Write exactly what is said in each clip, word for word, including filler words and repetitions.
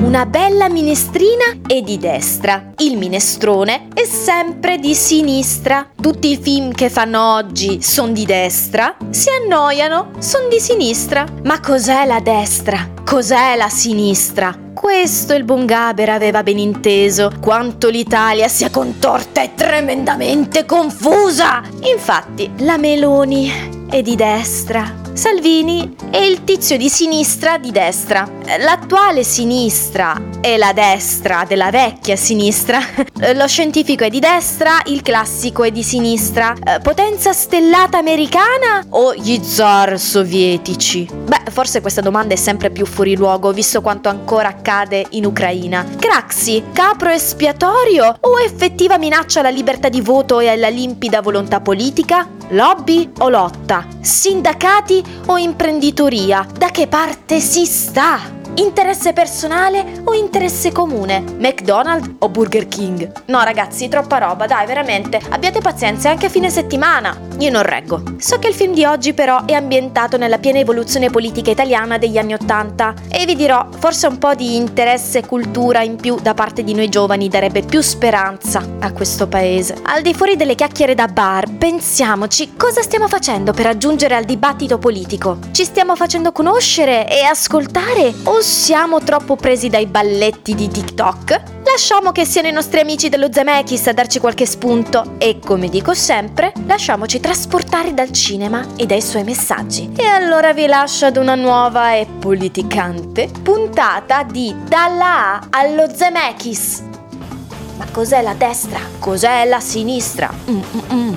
una bella minestrina è di destra, il minestrone è sempre di sinistra. Tutti i film che fanno oggi sono di destra, si annoiano, sono di sinistra. Ma cos'è la destra? Cos'è la sinistra? Questo il buon Gaber aveva ben inteso, quanto l'Italia sia contorta e tremendamente confusa. Infatti, la Meloni è di destra, Salvini è il tizio di sinistra di destra. L'attuale sinistra è la destra della vecchia sinistra. Lo scientifico è di destra, il classico è di sinistra. Potenza stellata americana o gli zar sovietici? Beh, forse questa domanda è sempre più fuori luogo, visto quanto ancora accade in Ucraina. Craxi, capro espiatorio o effettiva minaccia alla libertà di voto e alla limpida volontà politica? Lobby o lotta? Sindacati o imprenditoria? Da che parte si sta? Interesse personale o interesse comune? McDonald's o Burger King? No ragazzi, troppa roba, dai, veramente. Abbiate pazienza, è anche fine settimana. Io non reggo. So che il film di oggi però è ambientato nella piena evoluzione politica italiana degli anni Ottanta e vi dirò, forse un po' di interesse e cultura in più da parte di noi giovani darebbe più speranza a questo paese. Al di fuori delle chiacchiere da bar, pensiamoci cosa stiamo facendo per aggiungere al dibattito politico. Ci stiamo facendo conoscere e ascoltare o siamo troppo presi dai balletti di TikTok? Lasciamo che siano i nostri amici dello Zemeckis a darci qualche spunto e, come dico sempre, lasciamoci trasportare dal cinema e dai suoi messaggi. E allora vi lascio ad una nuova e politicante puntata di Dalla A allo Zemeckis. Ma cos'è la destra? Cos'è la sinistra? Mm-mm-mm.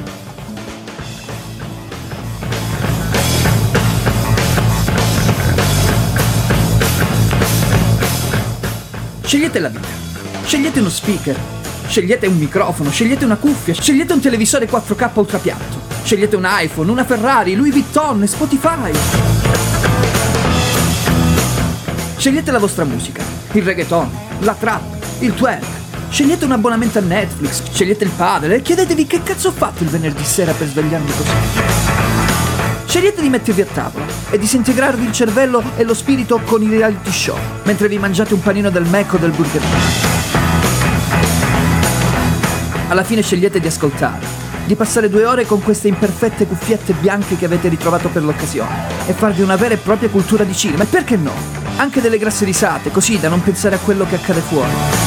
Scegliete la vita, scegliete uno speaker, scegliete un microfono, scegliete una cuffia, scegliete un televisore quattro K ultrapiatto, scegliete un iPhone, una Ferrari, Louis Vuitton e Spotify. Scegliete la vostra musica, il reggaeton, la trap, il twerk. Scegliete un abbonamento a Netflix, scegliete il padre e chiedetevi che cazzo ho fatto il venerdì sera per svegliarmi così. Scegliete di mettervi a tavola e disintegrarvi il cervello e lo spirito con i reality show, mentre vi mangiate un panino del Mac o del Burger King. Alla fine scegliete di ascoltare, di passare due ore con queste imperfette cuffiette bianche che avete ritrovato per l'occasione e farvi una vera e propria cultura di cinema. E perché no? Anche delle grasse risate, così da non pensare a quello che accade fuori.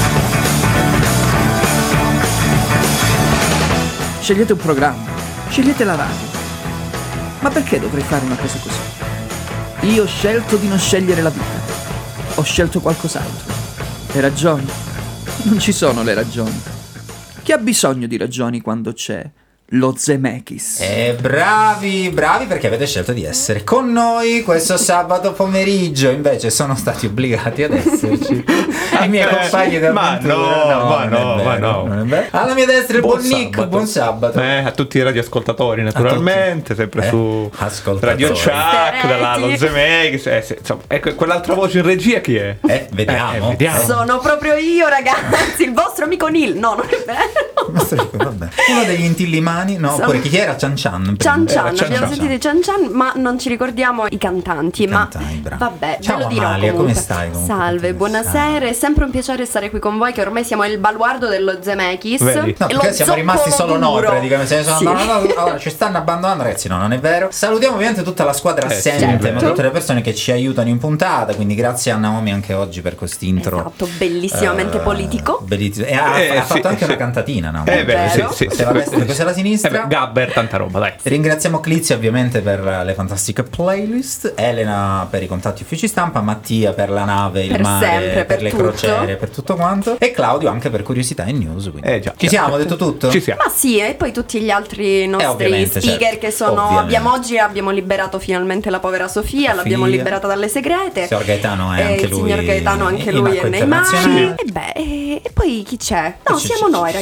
Scegliete un programma, scegliete la radio. Ma perché dovrei fare una cosa così? Io ho scelto di non scegliere la vita. Ho scelto qualcos'altro. Le ragioni? Non ci sono le ragioni. Chi ha bisogno di ragioni quando c'è lo Zemeckis? E bravi, bravi perché avete scelto di essere con noi questo sabato pomeriggio. Invece sono stati obbligati ad esserci i miei compagni d'avventura. Ma no, ma no, ma no. Non è vero. Alla mia destra il buon, buon Nick, sabato. Buon sabato. Eh, a tutti i radioascoltatori naturalmente, sempre eh, su Radio Chuck, dall'allo Zemeckis. Eh, sì, insomma, ecco, quell'altra voce in regia chi è? Eh, vediamo. Eh, vediamo. Sono proprio io, ragazzi, il vostro amico Neil. No, non è vero. Vabbè. Uno degli intillimani, no? Oppure chi era? Chan Chan. Chan Chan, Chan abbiamo Chan. sentito Chan Chan, ma non ci ricordiamo i cantanti. I ma cantanti, bravo. Vabbè, ciao ve lo dirò Amalia, comunque. come stai? Comunque? Salve, buonasera, è sempre un piacere stare qui con voi, che ormai siamo il baluardo dello Zemeckis. Vedi? No, perché siamo rimasti solo noi praticamente. Se ne sono sì. andati, allora ci stanno abbandonando, ragazzi. No, non è vero. Salutiamo ovviamente tutta la squadra eh, assente, certo. ma tutte le persone che ci aiutano in puntata. Quindi grazie a Naomi anche oggi per quest'intro. Esatto, bellissimamente uh, politico. Bellissimo. E ha, eh, ha fatto sì, anche sì. una cantatina, no? Eh beh, sì, sì, questa è la destra, questa è la sinistra. Eh beh, Gabber, tanta roba, dai. Ringraziamo Clizia ovviamente per le fantastiche playlist, Elena per i contatti uffici stampa, Mattia per la nave, il per mare, sempre, per, per le tutto. crociere, per tutto quanto, e Claudio anche per curiosità e news. Quindi. Eh già, ci già. siamo, detto tutto? Ci siamo. Ma sì, e poi tutti gli altri nostri Eh, speaker certo, che sono ovviamente. abbiamo oggi abbiamo liberato finalmente la povera Sofia, l'abbiamo Sofia. liberata dalle segrete. Il signor Gaetano è e anche il lui. signor Gaetano anche in lui acqua è nei mari. internazionale. E beh, e, e poi chi c'è? No, Ci- siamo ci- noi ci- ragazzi. vabbè,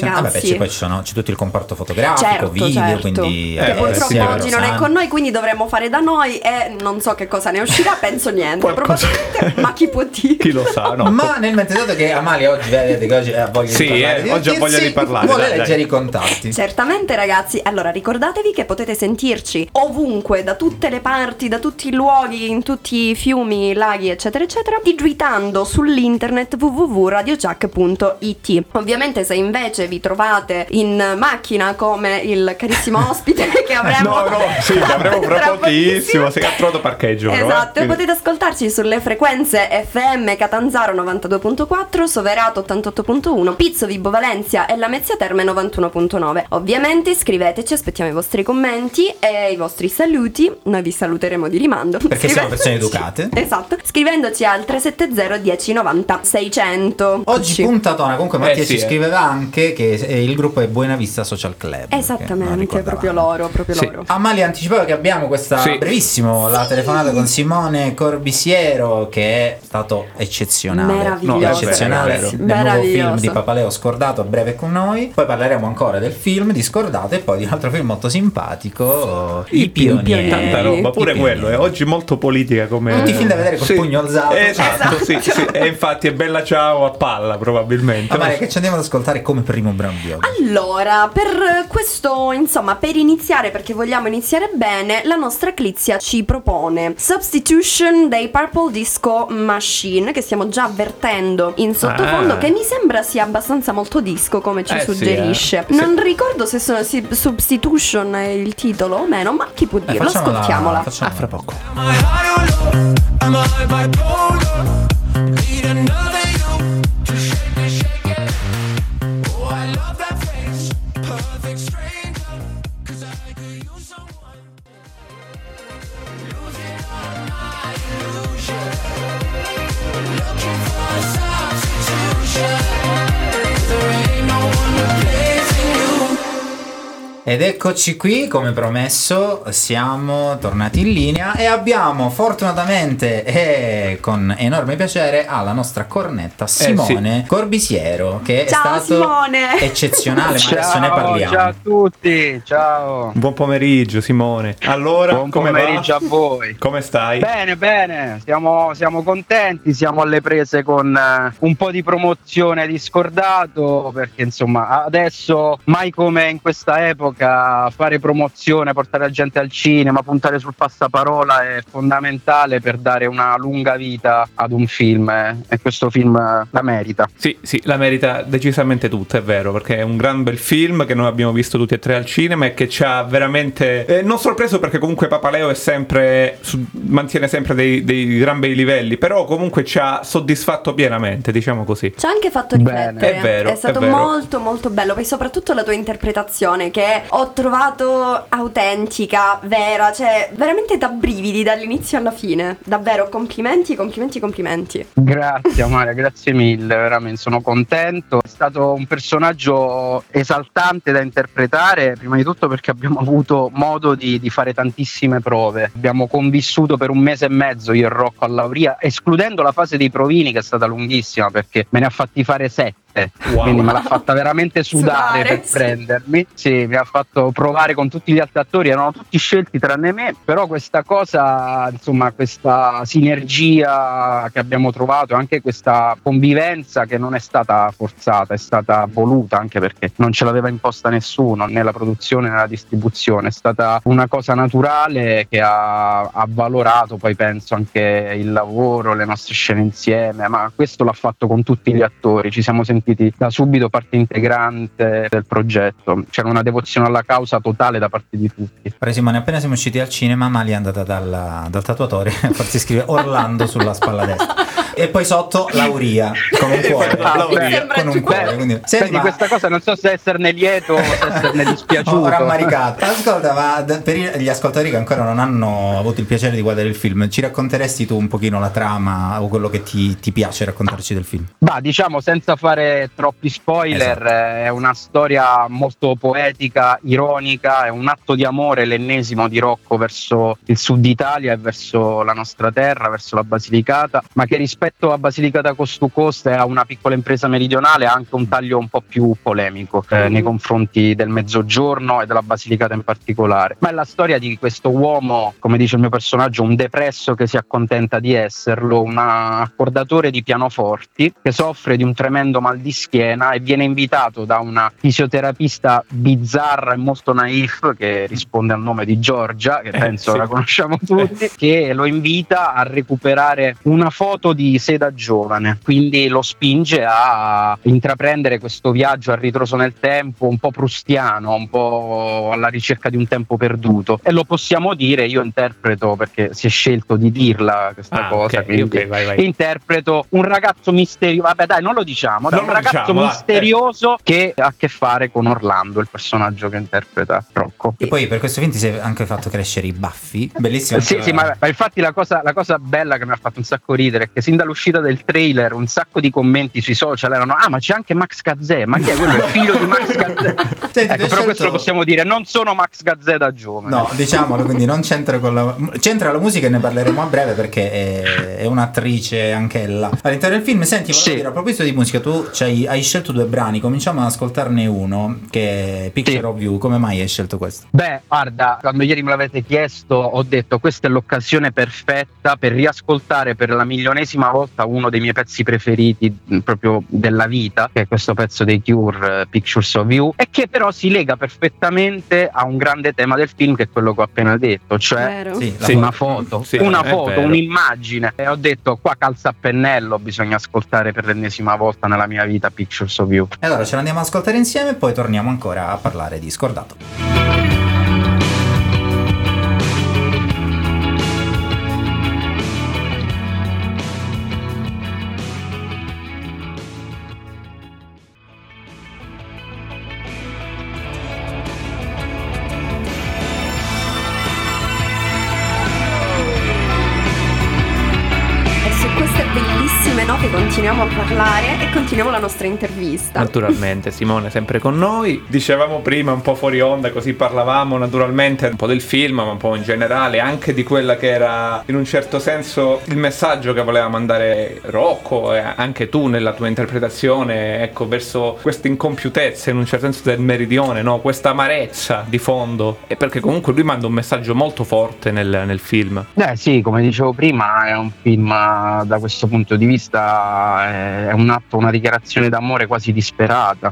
sì. Poi ci sono, c'è tutto il comparto fotografico, certo, video, certo. quindi che eh, purtroppo sì, oggi non è Rosanna. con noi, quindi dovremmo fare da noi e non so che cosa ne uscirà, penso niente, Qualcosa- probabilmente, ma chi può dire? Chi lo sa, no? Ma nel mentre dato che Amalia oggi vedete che oggi ha voglia Sì, di parlare, eh, di oggi ha voglia di parlare, vuole dai, leggere dai. i contatti. Certamente ragazzi, allora ricordatevi che potete sentirci ovunque, da tutte le parti, da tutti i luoghi, in tutti i fiumi, laghi eccetera eccetera, digitando sull'internet w w w punto radio jack punto i t. Ovviamente se invece vi trovate in macchina come il carissimo ospite che avremo No, no, sì, che avremo fra tra pochissimo, sei a trovato parcheggio. però, eh, esatto, e quindi- potete ascoltarci sulle frequenze F M Catanzaro novantadue virgola quattro, Soverato ottantotto virgola uno, Pizzo, Vibo Valencia e Lamezia Terme novantuno virgola nove. Ovviamente scriveteci, aspettiamo i vostri commenti e i vostri saluti, noi vi saluteremo di rimando. Perché siamo Scriveteci- persone educate. Esatto, scrivendoci al tre sette zero dieci novanta seicento. Oggi puntatona, comunque Mattia Eh, sì, ci eh. scriveva anche che eh, il gruppo è Buena Vista Social Club. che non Esattamente, ricordavamo. proprio loro, proprio Sì. loro. Amalia anticipava che abbiamo questa Sì. brevissimo la telefonata con Simone Corbisiero, che è stato eccezionale. Meraviglioso, No, eccezionale ragazzi. nel nuovo Meraviglioso. film di Papaleo, Scordato, a breve con noi. Poi parleremo ancora del film di Scordato e poi di un altro film molto simpatico, I Pionieri. Tanta roba, pure I quello, Pionieri. è oggi molto politica come... Tutti i film da vedere col Sì. pugno alzato. Esatto, sì, sì. E infatti è Bella Ciao a palla probabilmente. Amalia, che ci andiamo ad ascoltare come primo brano di oggi? Allora, per questo, insomma, per iniziare, perché vogliamo iniziare bene, la nostra Clizia ci propone Substitution dei Purple Disco Machine, che stiamo già avvertendo in sottofondo, Ah. che mi sembra sia abbastanza molto disco, come ci Eh, sì, suggerisce. eh. Non ricordo se sono si- Substitution è il titolo o meno, ma chi può Eh, dirlo? facciamola- Ascoltiamola. facciamola. Ah, fra poco. Am I high or low? Am I bipolar? Need another you to shake me, shake it. Oh, I love that face, perfect stranger. 'Cause I could use someone. Losing all my illusion. Looking for a substitution. There ain't no one replacing you. Ed eccoci qui, come promesso, siamo tornati in linea e abbiamo fortunatamente e con enorme piacere alla nostra cornetta Simone Corbisiero, che Ciao, è stato Simone. eccezionale, ma adesso ne Ciao, parliamo. ciao a tutti, ciao. Buon pomeriggio Simone. Allora, Buon come pomeriggio va? a voi. Come stai? Bene, bene, siamo, siamo contenti, siamo alle prese con eh, un po' di promozione di Scordato, perché insomma adesso mai come in questa epoca fare promozione, portare la gente al cinema, puntare sul passaparola è fondamentale per dare una lunga vita ad un film eh, e questo film eh, la merita. Sì, sì, la merita decisamente tutta, è vero, perché è un gran bel film che noi abbiamo visto tutti e tre al cinema e che ci ha veramente eh, non sorpreso, perché comunque Papaleo è sempre su- mantiene sempre dei, dei gran bei livelli, però comunque ci ha soddisfatto pienamente, diciamo così. Ci ha anche fatto Bene. riflettere. È vero, È stato è vero. molto molto bello. Poi soprattutto la tua interpretazione, che ho trovato autentica, vera, cioè veramente da brividi dall'inizio alla fine. Davvero, complimenti, complimenti, complimenti. Grazie Amalia, grazie mille, veramente sono contento. È stato un personaggio esaltante da interpretare, prima di tutto perché abbiamo avuto modo di, di fare tantissime prove. Abbiamo convissuto per un mese e mezzo io e Rocco a Lauria, escludendo la fase dei provini che è stata lunghissima perché me ne ha fatti fare sette. Wow. Quindi me l'ha fatta veramente sudare, Sudare, per sì. prendermi. Sì, mi ha fatto provare con tutti gli altri attori, erano tutti scelti tranne me, però questa cosa, insomma, questa sinergia che abbiamo trovato, anche questa convivenza che non è stata forzata, è stata voluta, anche perché non ce l'aveva imposta nessuno, né la produzione né la distribuzione, è stata una cosa naturale che ha, ha valorato poi penso anche il lavoro, le nostre scene insieme, ma questo l'ha fatto con tutti gli attori, ci siamo sentiti da subito parte integrante del progetto, c'era una devozione alla causa totale da parte di tutti. Ora Simone, appena siamo usciti al cinema, Amalia è andata dal, dal tatuatore a farsi scrivere Orlando sulla spalla destra e poi sotto Lauria con un cuore, Ah, Lauria beh. con un cuore, quindi Senti, senti, ma- questa cosa non so se esserne lieto o se esserne dispiaciuto. ho rammaricato. Ascolta, ma d- per i- gli ascoltatori che ancora non hanno avuto il piacere di guardare il film, ci racconteresti tu un pochino la trama o quello che ti, ti piace raccontarci del film? Bah, diciamo senza fare troppi spoiler, Esatto. eh, è una storia molto poetica, ironica, è un atto di amore, l'ennesimo di Rocco verso il sud Italia e verso la nostra terra, verso la Basilicata, ma che rispecchia rispetto a Basilicata Coast to Coast e a Una piccola impresa meridionale ha anche un taglio un po' più polemico eh, nei confronti del Mezzogiorno e della Basilicata in particolare, ma è la storia di questo uomo, come dice il mio personaggio, un depresso che si accontenta di esserlo, un accordatore di pianoforti che soffre di un tremendo mal di schiena e viene invitato da una fisioterapista bizzarra e molto naif che risponde al nome di Giorgia, che penso sì. la conosciamo tutti, che lo invita a recuperare una foto di sé da giovane, quindi lo spinge a intraprendere questo viaggio a ritroso nel tempo, un po' prustiano, un po' alla ricerca di un tempo perduto, e lo possiamo dire, io interpreto, perché si è scelto di dirla questa Ah, cosa, ok, quindi ok, vai, vai. interpreto un ragazzo misterioso, vabbè dai non lo diciamo, dai, Non un lo ragazzo diciamo, dai, misterioso che ha a che fare con Orlando, il personaggio che interpreta Rocco. E poi per questo film ti sei anche fatto crescere i baffi, bellissimo. Sì, sì, ma, ma infatti la cosa, la cosa bella che mi ha fatto un sacco ridere è che sin dall'uscita del trailer un sacco di commenti sui social erano: ah, ma c'è anche Max Gazzè, ma chi è quello? Il figlio di Max Gazzè. Senti, Ecco, tu hai però scelto- questo lo possiamo dire, non sono Max Gazzè da giovane. No, diciamolo, quindi non c'entra con la c'entra la musica e ne parleremo a breve perché è, è un'attrice anch'ella all'interno del film. Senti, volevo Sì. dire, a proposito di musica, tu c'hai- hai scelto due brani, cominciamo ad ascoltarne uno che è Picture Sì. of You. Come mai hai scelto questo? Beh, guarda, quando ieri me l'avete chiesto ho detto questa è l'occasione perfetta per riascoltare per la milionesima volta uno dei miei pezzi preferiti mh, proprio della vita, che è questo pezzo dei Cure, eh, Pictures of You, e che però si lega perfettamente a un grande tema del film, che è quello che ho appena detto, cioè Vero? Sì, la Sì. una foto, Sì, una è foto, vero. un'immagine, e ho detto qua calza a pennello, bisogna ascoltare per l'ennesima volta nella mia vita Pictures of You. E allora ce l'andiamo ad ascoltare insieme e poi torniamo ancora a parlare di Scordato. E su queste bellissime note continuiamo a parlare e continuiamo la nostra intervista. Naturalmente, Simone sempre con noi. Dicevamo prima un po' fuori onda, così parlavamo naturalmente un po' del film, ma un po' in generale anche di quella che era in un certo senso il messaggio che voleva mandare Rocco e anche tu nella tua interpretazione, ecco, verso questa incompiutezza in un certo senso del meridione, no? Questa amarezza di fondo, e perché comunque lui manda un messaggio molto forte nel, nel film. Eh sì, come dicevo prima, è un film eh, da questo punto di vista eh, è un atto, una dichiarazione d'amore quasi disperata,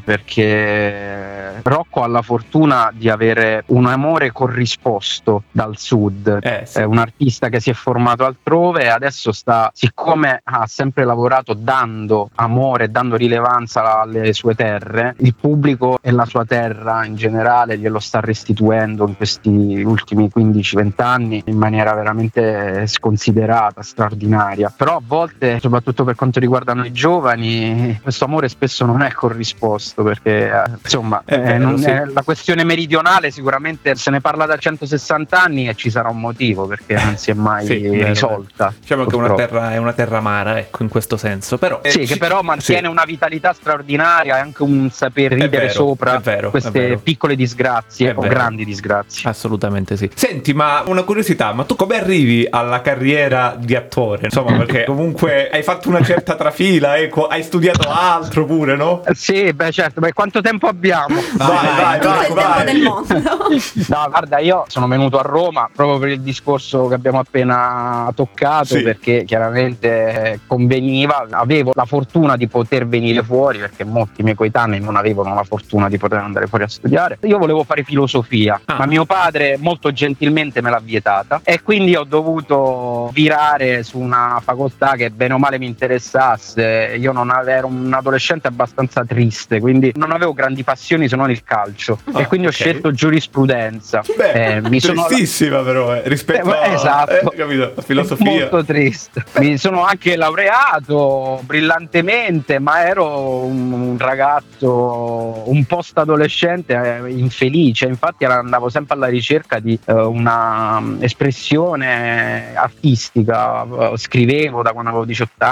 perché Rocco ha la fortuna di avere un amore corrisposto dal sud. Eh, sì. È un artista che si è formato altrove e adesso sta, siccome ha sempre lavorato dando amore, dando rilevanza alle sue terre, il pubblico e la sua terra in generale glielo sta restituendo in questi ultimi quindici venti anni in maniera veramente sconsiderata, straordinaria. Però a volte, soprattutto per quanto riguardano i giovani, questo amore spesso non è corrisposto, perché eh, insomma È eh, vero, non sì. è- la questione meridionale sicuramente se ne parla da centosessanta anni e ci sarà un motivo, perché non si è mai Sì, vero, risolta. Diciamo che una purtroppo. terra, è una terra amara, ecco, in questo senso. Però Sì, eh, che ci- però mantiene sì. una vitalità straordinaria e anche un saper ridere vero, sopra è vero, è queste vero. piccole disgrazie È o vero. grandi disgrazie. Assolutamente sì. Senti, ma una curiosità, ma tu come arrivi alla carriera di attore? Insomma, perché comunque hai fatto una certa trafila, ecco, hai studiato altro pure, no? Eh, Sì, beh certo, beh, quanto tempo abbiamo? Vai, vai, Tutto vai, il vai. tempo del mondo. No, guarda, io sono venuto a Roma proprio per il discorso che abbiamo appena toccato, Sì. perché chiaramente conveniva, avevo la fortuna di poter venire fuori, perché molti miei coetanei non avevano la fortuna di poter andare fuori a studiare. Io volevo fare filosofia, Ah. ma mio padre molto gentilmente me l'ha vietata e quindi ho dovuto virare su una facoltà che bene o male mi interessasse. Io non avevo, ero un adolescente abbastanza triste, quindi non avevo grandi passioni se non il calcio, Ah, e quindi ok. ho scelto giurisprudenza. Beh, Eh, mi sono tristissima però, eh, rispetto Eh, a esatto. eh, capito, la filosofia. molto triste. Mi sono anche laureato brillantemente, ma ero un, un ragazzo, un post adolescente eh, infelice. Infatti andavo sempre alla ricerca di eh, una um, espressione artistica. Eh, Scrivevo da quando avevo diciotto anni, poesie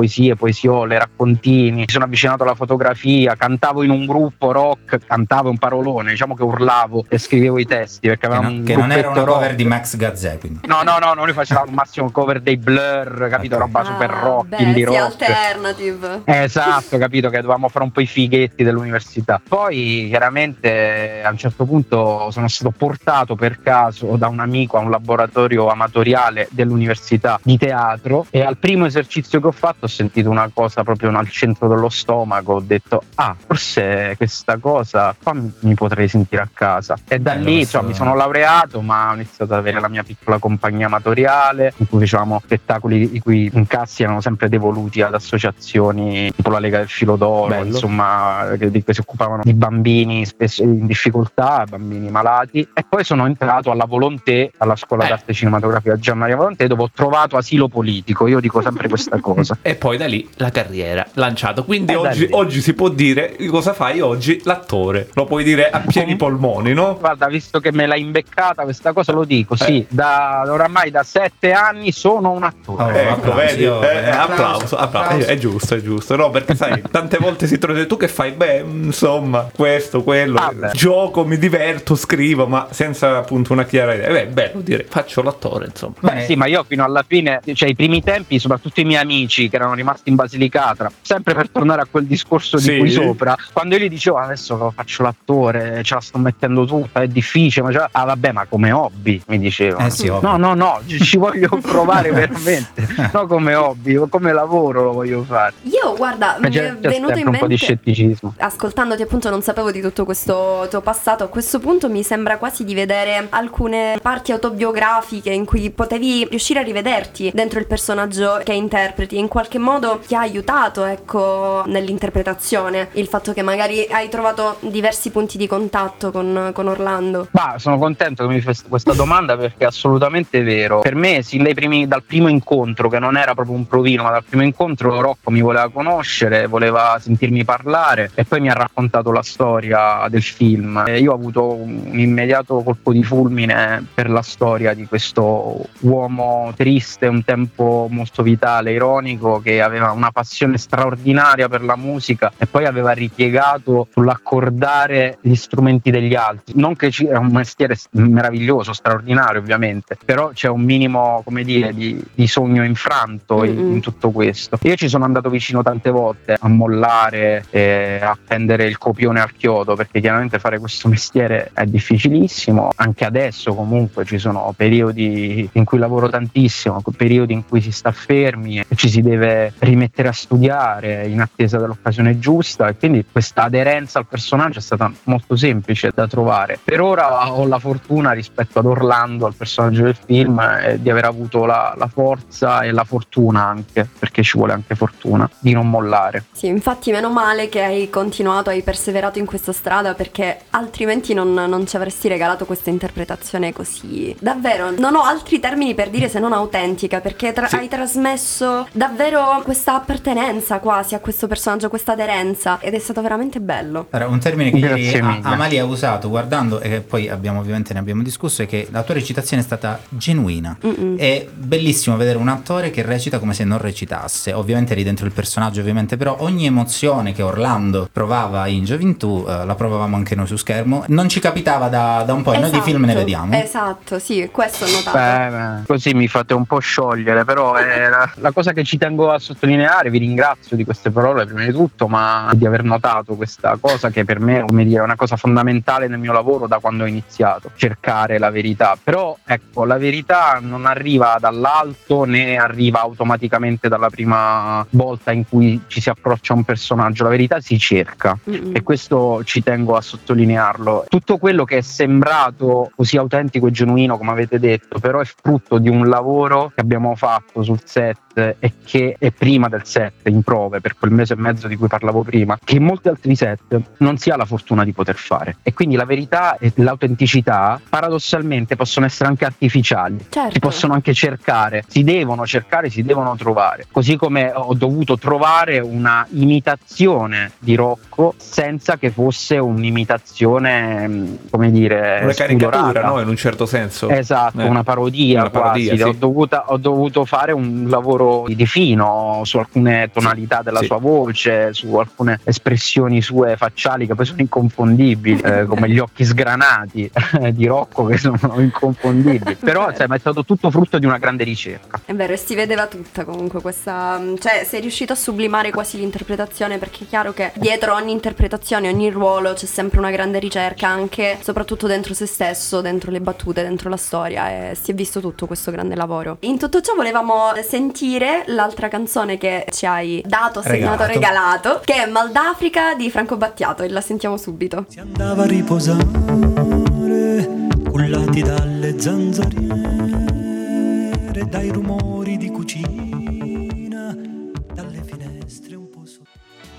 poesie, poesiole, raccontini, mi sono avvicinato alla fotografia, cantavo in un gruppo rock, cantavo un parolone, diciamo che urlavo e scrivevo i testi perché Che, avevamo no- un che non era una gruppetto cover rock. di Max Gazzè, quindi. No, no, no, noi facevamo al massimo cover dei Blur, capito? Ok. Roba super Ah, rock, beh, indie sì, rock. alternative. Esatto, capito, che dovevamo fare un po' i fighetti dell'università. Poi chiaramente a un certo punto sono stato portato per caso da un amico a un laboratorio amatoriale dell'università di teatro e al primo esercizio che ho fatto ho sentito una cosa proprio al centro dello stomaco, ho detto ah, forse questa cosa qua mi, mi potrei sentire a casa. E da Bello lì questo. cioè, mi sono laureato, ma ho iniziato ad avere la mia piccola compagnia amatoriale in cui facevamo spettacoli i cui incassi erano sempre devoluti ad associazioni tipo la Lega del Filo d'Oro, Bello. insomma, che, di cui si occupavano di bambini spesso in difficoltà, bambini malati. E poi sono entrato alla Volonté, alla scuola Eh. d'arte cinematografica Gian Maria Volonté, dove ho trovato asilo politico. Io dico sempre questa cosa. E poi da lì la carriera lanciato. Quindi E da oggi, lì. oggi si può dire cosa fai oggi? L'attore. Lo puoi dire a pieni polmoni, no? Guarda, visto che me l'hai imbeccata questa cosa, lo dico, sì, Eh. da oramai da sette anni sono un attore. Oh, Ecco, applausi, vedi? io- Eh, eh, applauso, applauso, applauso. applauso. È giusto, è giusto. No, perché sai, tante volte si trova tu che fai, beh, insomma, questo, quello, Ah, beh. gioco, mi diverto, scrivo, ma senza appunto una chiara idea. Beh, è bello dire, faccio l'attore, insomma. Beh, sì, ma io fino alla fine, cioè i primi tempi, soprattutto i miei amici che erano rimasti in Basilicata, sempre per tornare a quel discorso di Sì. cui sopra, quando io gli dicevo adesso faccio l'attore, ce la sto mettendo tutta, è difficile, ma cioè, ah vabbè, ma come hobby, mi dicevano. Eh sì, ovvio. no, no, no, ci ci voglio provare veramente, no come hobby, come lavoro lo voglio fare. Io, guarda, mi C'è, è c'è venuto sempre in un po' di mente, scetticismo. ascoltandoti appunto non sapevo di tutto questo tuo passato, a questo punto mi sembra quasi di vedere alcune parti autobiografiche in cui potevi riuscire a rivederti dentro il personaggio che interpreti e in qualche modo ti ha aiutato, ecco, nell'interpretazione, il fatto che magari hai trovato diversi punti di contatto con, con Orlando. Ma sono contento che mi fai questa domanda perché è assolutamente vero. Per me, sin dai primi, dal primo incontro, che non era proprio un provino, ma dal primo incontro Rocco mi voleva conoscere, voleva sentirmi parlare e poi mi ha raccontato la storia del film. E io ho avuto un immediato colpo di fulmine per la storia di questo uomo triste, un tempo molto vitale, ironico, che aveva una passione straordinaria per la musica e poi aveva ripiegato sull'accordare gli strumenti degli altri. Non che ci, è un mestiere meraviglioso, straordinario ovviamente, però c'è un minimo, come dire, di, di sogno infranto in, Mm-mm. in tutto questo. Io ci sono andato vicino tante volte a mollare, eh, a prendere il copione al chiodo, perché chiaramente fare questo mestiere è difficilissimo. Anche adesso comunque ci sono periodi in cui lavoro tantissimo, periodi in cui si sta fermi e ci si deve rimettere a studiare in attesa dell'occasione giusta, e quindi questa aderenza al personaggio è stata molto semplice da trovare. Per ora ho la fortuna rispetto ad Orlando, al personaggio del film, eh, di aver avuto la, la forza e la fortuna anche, perché ci vuole anche fortuna, di non mollare. Sì, infatti meno male che hai continuato, hai perseverato in questa strada, perché altrimenti non, non ci avresti regalato questa interpretazione così. Davvero, non ho altri termini per dire se non autentica, perché tra- Sì. hai trasmesso davvero questa appartenenza quasi a questo personaggio, questa aderenza, ed è stato veramente bello. Era un termine che Grazie ieri mille. A- Amalia ha usato guardando, e che poi abbiamo ovviamente ne abbiamo discusso, è che la tua recitazione è stata genuina. Mm-mm. È bellissimo vedere un attore che recita come se non recitasse. Ovviamente eri dentro il personaggio, ovviamente, però ogni emozione che Orlando provava in gioventù eh, la provavamo anche noi su schermo. Non ci capitava da, da un po', e noi di film ne vediamo. Esatto, sì, questo ho notato. Beh, beh, così mi fate un po' sciogliere, però è la, la cosa che ci tengo a sottolineare, vi ringrazio di queste parole prima di tutto, ma di aver notato questa cosa che per me, come dire, è una cosa fondamentale nel mio lavoro da quando ho iniziato, cercare la verità. Però ecco, la verità non arriva dall'alto né arriva automaticamente dalla prima volta in cui ci si approccia a un personaggio, la verità si cerca. Mm-mm. E questo ci tengo a sottolinearlo. Tutto quello che è sembrato così autentico e genuino, come avete detto, però è frutto di un lavoro che abbiamo fatto sul set e che è prima del set, in prove, per quel mese e mezzo di cui parlavo prima, che in molti altri set non si ha la fortuna di poter fare. E quindi la verità e l'autenticità paradossalmente possono essere anche artificiali. Certo. Si possono anche cercare, si devono cercare, si devono trovare. Così come ho dovuto trovare una imitazione di Rocco senza che fosse un'imitazione, mh, come dire, Una caricatura, spudorata. no? In un certo senso. Esatto, Eh. una parodia, Una parodia, quasi. sì. Ho, dovuta- ho dovuto fare un lavoro di fino, meno su alcune tonalità della sì. sua voce, su alcune espressioni sue facciali che poi sono inconfondibili, eh, come gli occhi sgranati di Rocco che sono inconfondibili. Però cioè, ma è stato tutto frutto di una grande ricerca. È vero, e si vedeva tutta comunque questa, cioè sei riuscito a sublimare quasi l'interpretazione, perché è chiaro che dietro ogni interpretazione, ogni ruolo c'è sempre una grande ricerca, anche soprattutto dentro se stesso, dentro le battute, dentro la storia, e si è visto tutto questo grande lavoro. In tutto ciò volevamo sentire l'altra canzone che ci hai dato, segnato, Regalato. regalato, che è Mal d'Africa di Franco Battiato, e la sentiamo subito. Si andava a riposare, cullati dalle zanzariere, dai rumori di cucina, dalle finestre un po' sotto.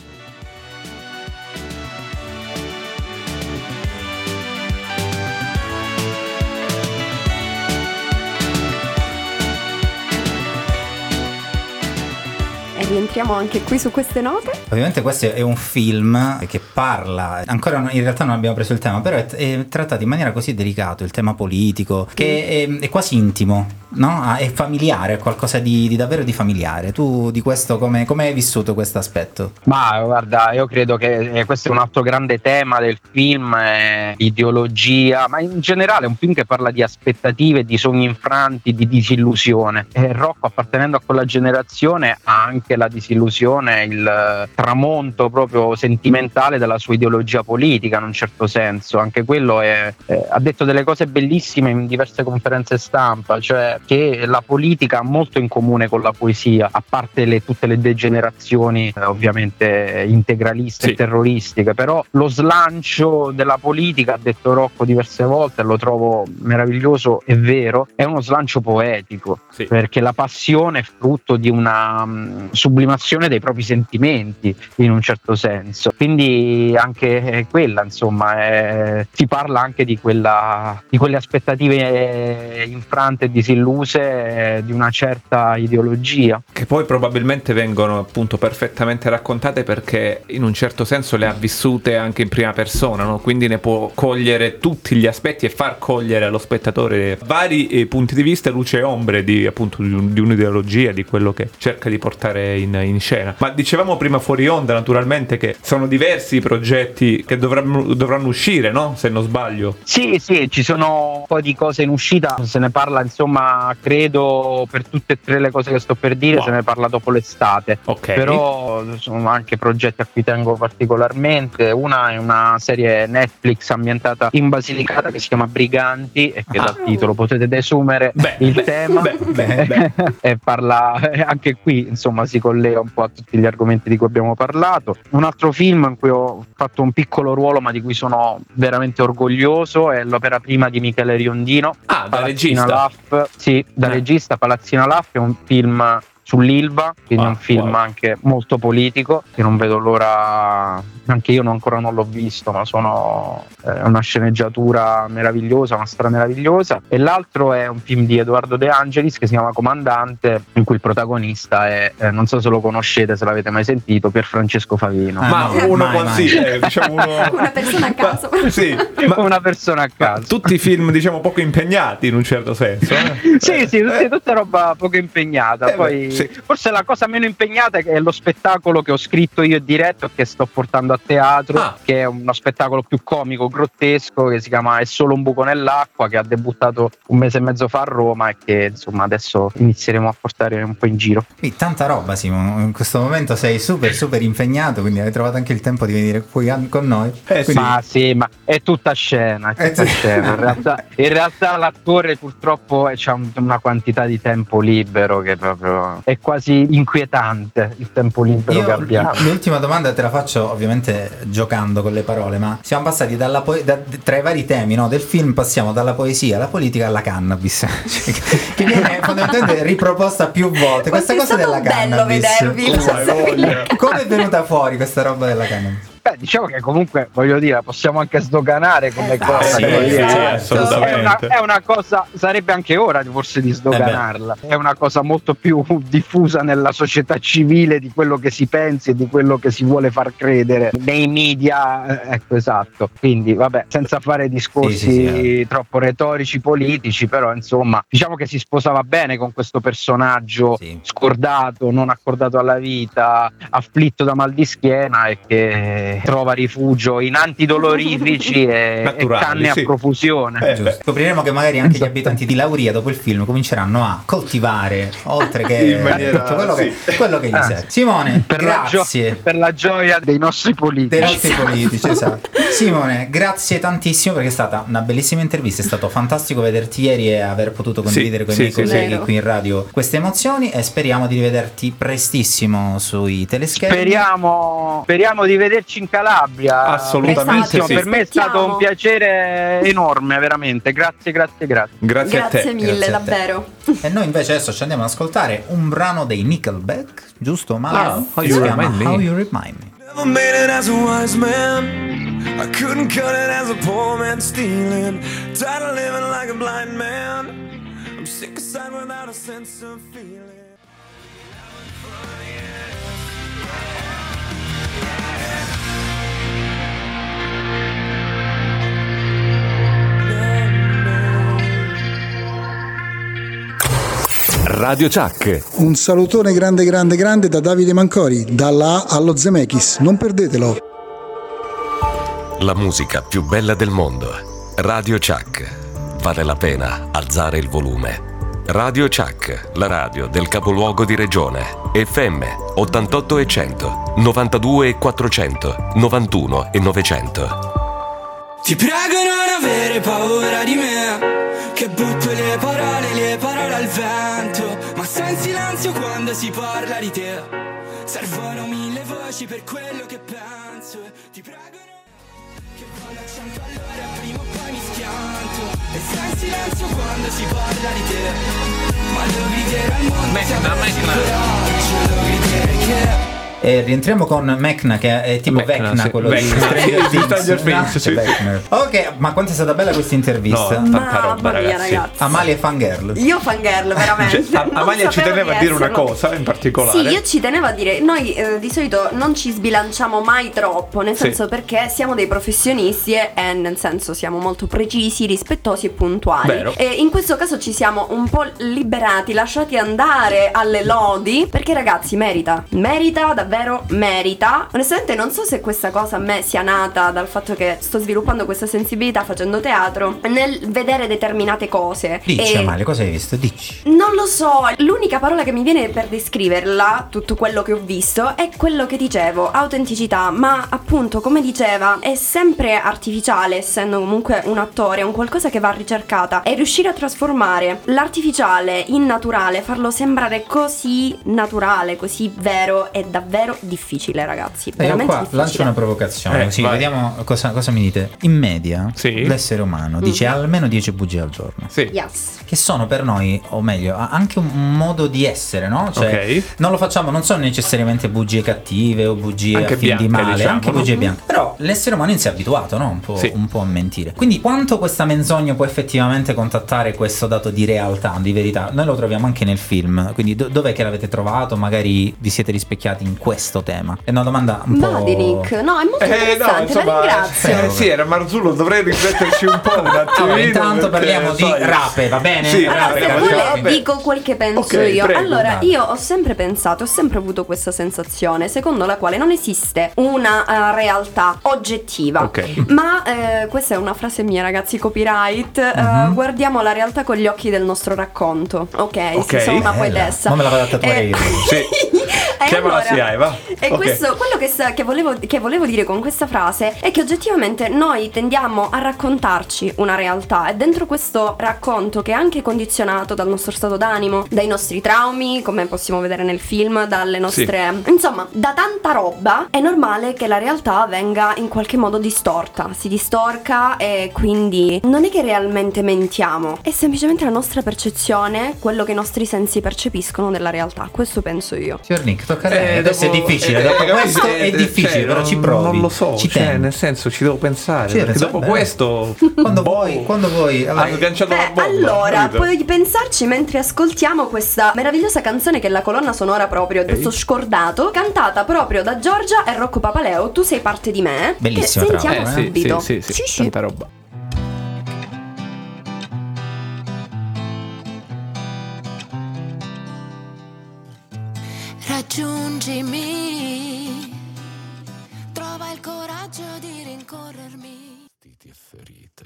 E rientriamo anche qui su queste note. Ovviamente questo è un film che parla, ancora non- in realtà non abbiamo preso il tema, però è, è trattato in maniera così delicato, il tema politico, che è, è quasi intimo, no? Ah, è familiare, è qualcosa di, di davvero di familiare. Tu di questo come come hai vissuto questo aspetto? Ma guarda, io credo che eh, questo è un altro grande tema del film, è ideologia, ma in generale è un film che parla di aspettative, di sogni infranti, di disillusione. E Rocco, appartenendo a quella generazione, ha anche la disillusione, il eh, tramonto proprio sentimentale della sua ideologia politica, in un certo senso. Anche quello è, eh, ha detto delle cose bellissime in diverse conferenze stampa, cioè che la politica ha molto in comune con la poesia, a parte le, tutte le degenerazioni eh, ovviamente integraliste Sì. e terroristiche, però lo slancio della politica, ha detto Rocco diverse volte, lo trovo meraviglioso e vero, è uno slancio poetico, Sì. perché la passione è frutto di una mh, sublimazione dei propri sentimenti in un certo senso, quindi anche quella, insomma, è, si parla anche di quella di quelle aspettative infrante e disilluse eh, di una certa ideologia. Che poi probabilmente vengono appunto perfettamente raccontate perché in un certo senso le ha vissute anche in prima persona, no? Quindi ne può cogliere tutti gli aspetti e far cogliere allo spettatore vari eh, punti di vista, luce e ombre di appunto di, un- di un'ideologia, di quello che cerca di portare in, in scena. Ma dicevamo prima fuori onda naturalmente che sono diversi i progetti che dovranno, dovranno uscire, no? Se non sbaglio. Sì, sì, ci sono un po' di cose in uscita, se ne parla insomma credo per tutte e tre le cose che sto per dire, Wow. se ne parla dopo l'estate. Ok. Però sono anche progetti a cui tengo particolarmente. Una è una serie Netflix ambientata in Basilicata che si chiama Briganti e che Ah. dal titolo potete desumere Beh, il beh, tema. beh, beh, beh. E parla anche qui, insomma, si collega un po' a tutti gli argomenti di cui abbiamo parlato. Un altro film in cui ho fatto un piccolo ruolo ma di cui sono veramente orgoglioso è l'opera prima di Michele Riondino, Ah, da Palazzina regista. Laff. Sì, da Eh. regista. Palazzina Laff è un film sull'Ilva, quindi Ah, un film wow. anche molto politico che non vedo l'ora, anche io non- ancora non l'ho visto, ma sono è una sceneggiatura meravigliosa, una storia meravigliosa. E l'altro è un film di Edoardo De Angelis che si chiama Comandante, in cui il protagonista è, eh, non so se lo conoscete, se l'avete mai sentito, Pierfrancesco Favino. Ah, Ma no, uno mai, quasi, mai. eh, diciamo uno... Una persona a caso. Ma- sì, ma, Una persona a ma caso. tutti film diciamo poco impegnati in un certo senso. eh? Sì, sì, tutte- Eh, tutta roba poco impegnata. Eh, Poi beh, sì. forse la cosa meno impegnata è lo spettacolo che ho scritto io e diretto e che sto portando a teatro, Ah. che è uno spettacolo più comico, grottesco, che si chiama È solo un buco nell'acqua, che ha debuttato un mese e mezzo fa a Roma e che insomma adesso inizieremo a portare un po' in giro. Qui tanta roba, Simo. In questo momento sei super super impegnato, quindi hai trovato anche il tempo di venire qui an- con noi. Eh, sì. Ma sì, ma è tutta scena, è tutta Eh, sì. scena. In realtà, in realtà l'attore purtroppo c'ha un- una quantità di tempo libero che proprio è quasi inquietante il tempo libero che Io abbiamo. l'ultima domanda te la faccio ovviamente giocando con le parole, ma siamo passati dalla poe- da- tra i vari temi, no, del film, passiamo dalla poesia alla politica alla cannabis, cioè, che- che viene fondamentalmente riproposta più volte. Questa Quanto cosa è della stato bello cannabis. vedervi. Oh, hai voglia. Come è venuta fuori questa roba della cannabis? Beh, diciamo che comunque, voglio dire, possiamo anche sdoganare come cosa. sì, devo sì, dire. sì, assolutamente. È una, è una cosa, sarebbe anche ora forse di sdoganarla. È una cosa molto più diffusa nella società civile di quello che si pensi e di quello che si vuole far credere nei media. eh, Ecco, esatto. Quindi, vabbè, senza fare discorsi Sì, sì, sì, troppo retorici politici, però insomma, diciamo che si sposava bene con questo personaggio Sì. scordato, non accordato alla vita, afflitto da mal di schiena e che trova rifugio in antidolorifici e, e Naturali, canne sì. a profusione. Eh, Giusto. Scopriremo che magari anche gli abitanti di Lauria dopo il film cominceranno a coltivare, oltre che In maniera- tutto quello che, sì. quello che gli Ah. serve. Simone, Per la, gio- grazie. per la gioia dei nostri politici. Dei nostri politici, esatto. Simone, grazie tantissimo perché è stata una bellissima intervista, è stato fantastico vederti ieri e aver potuto condividere con i sì, miei sì, colleghi vero. qui in radio queste emozioni e speriamo di rivederti prestissimo sui teleschermi. Speriamo, speriamo di vederci in Calabria. Assolutamente Esatto, sì. Per me è stato aspettiamo. un piacere enorme, veramente. Grazie, grazie, grazie. Grazie, a Grazie te. mille, Grazie a te. davvero. E noi invece adesso ci andiamo ad ascoltare un brano dei Nickelback, giusto? Ma Ah, How You si chiama Remind Me. How You Remind Me. Never made it as a wise man. I couldn't cut it as a poor man stealing. Tired of living like a blind man. I'm sick aside without a sense of feeling. Radio Chuck. Un salutone grande grande grande da Davide Mancori, dalla A allo Zemeckis, non perdetelo. La musica più bella del mondo. Radio Chuck. Vale la pena alzare il volume. Radio Chuck, la radio del capoluogo di regione. F M ottantotto e cento, novantadue e quattrocento, novantuno e novecento. Ti prego non avere paura di me, che butto le parole, le parole al vento. Ma sei in silenzio quando si parla di te. Servono mille voci per quello che penso. Ti prego non che vado a cento all'ora, prima o poi mi schianto. E sei in silenzio quando si parla di te. Ma lo griderò al mondo, Mecna, Mecna. lo griderò che E rientriamo con Mecna, che è tipo Mecna, Vecna, sì. quello Vecna. di Stranger Di Things. Stranger Things, No? sì, Vecna. Ok, ma quanto è stata bella questa intervista? No, tanta Mamma roba, mia, ragazzi. ragazzi. Amalia e Fangirl. Io fangirl, veramente. Cioè, Non Amalia ci sapevo teneva di a dire una esserlo. cosa in particolare. Sì, io ci tenevo a dire, noi eh, di solito non ci sbilanciamo mai troppo, nel Sì. senso perché siamo dei professionisti e, e nel senso siamo molto precisi, rispettosi e puntuali. Vero. E in questo caso ci siamo un po' liberati, lasciati andare alle lodi, perché ragazzi merita, merita, davvero merita. Onestamente non so se questa cosa a me sia nata dal fatto che sto sviluppando questa sensibilità facendo teatro, nel vedere determinate cose. Dici E- Amalia, cosa hai visto? Dici. non lo so, l'unica parola che mi viene per descriverla, tutto quello che ho visto, è quello che dicevo, autenticità, ma appunto come diceva è sempre artificiale, essendo comunque un attore, è un qualcosa che va ricercata e riuscire a trasformare l'artificiale in naturale, farlo sembrare così naturale, così vero, è davvero difficile ragazzi, Io veramente qua difficile. lancio una provocazione, Eh, così vai. vediamo cosa, cosa mi dite. In media, Sì. l'essere umano dice almeno dieci bugie al giorno. Sì. Yes. Che sono per noi, o meglio, ha anche un un modo di essere, no? Cioè, Ok. non lo facciamo, non sono necessariamente bugie cattive o bugie Anche a fin di bianche, male, diciamo, anche no? bugie bianche. Però l'essere umano si è abituato, no? Un po', Sì. un po' a mentire. Quindi quanto questa menzogna può effettivamente contattare questo dato di realtà, di verità? Noi lo troviamo anche nel film, quindi do- dov'è che l'avete trovato? Magari vi siete rispecchiati in questo tema. È una domanda un po'... Vadi Nick, no è molto Eh no, interessante, la insomma, ringrazio. eh, sì, era Marzullo, dovrei rifletterci un po' un attimino. Allora, intanto perché, parliamo di sai- rape, va bene? Sì, Allora, Rape, se rape, vuole vabbè. dico quel che penso Ok, io. prego, allora, dai. io ho sempre pensato, ho sempre avuto questa sensazione secondo la quale non esiste una eh, realtà oggettiva. Ok. Ma eh, questa è una frase mia, ragazzi, copyright. eh, Mhm. guardiamo la realtà con gli occhi del nostro racconto. Ok, Ok. sì, sono una Bella. poetessa. Ma me la vado a tatuare io. Sì. E Chiamala allora- S I A E, va. E Ok. questo, quello che, sa- che, volevo, che volevo dire con questa frase è che oggettivamente noi tendiamo a raccontarci una realtà e dentro questo racconto, che è anche condizionato dal nostro stato d'animo, dai nostri traumi, come possiamo vedere nel film, dalle nostre... Insomma, da tanta roba, è normale che la realtà venga in qualche modo distorta, si distorca e quindi non è che realmente mentiamo, è semplicemente la nostra percezione, quello che i nostri sensi percepiscono della realtà, questo penso io. Signor Nick, tocca tocca a te. Eh, Adesso dopo- è difficile, eh, dopo eh, questo eh, è eh, difficile, cioè, però ci non- provi. Non lo so, ci cioè, tenti. nel senso ci devo pensare. Sì, perché pensa- dopo beh. questo Quando boh, vuoi, quando vuoi. ha Vai. agganciato la Beh, bomba. allora, capito? puoi pensarci mentre ascoltiamo questa meravigliosa canzone che è la colonna sonora proprio di questo scordato, cantata proprio da Giorgia e Rocco Papaleo, Tu sei parte di me. Bellissima, Che tra sentiamo l'altro, Eh, sì, subito. sì, sì, sì, tanta roba. Raggiungimi, trova il coraggio di rincorrermi. e ferite.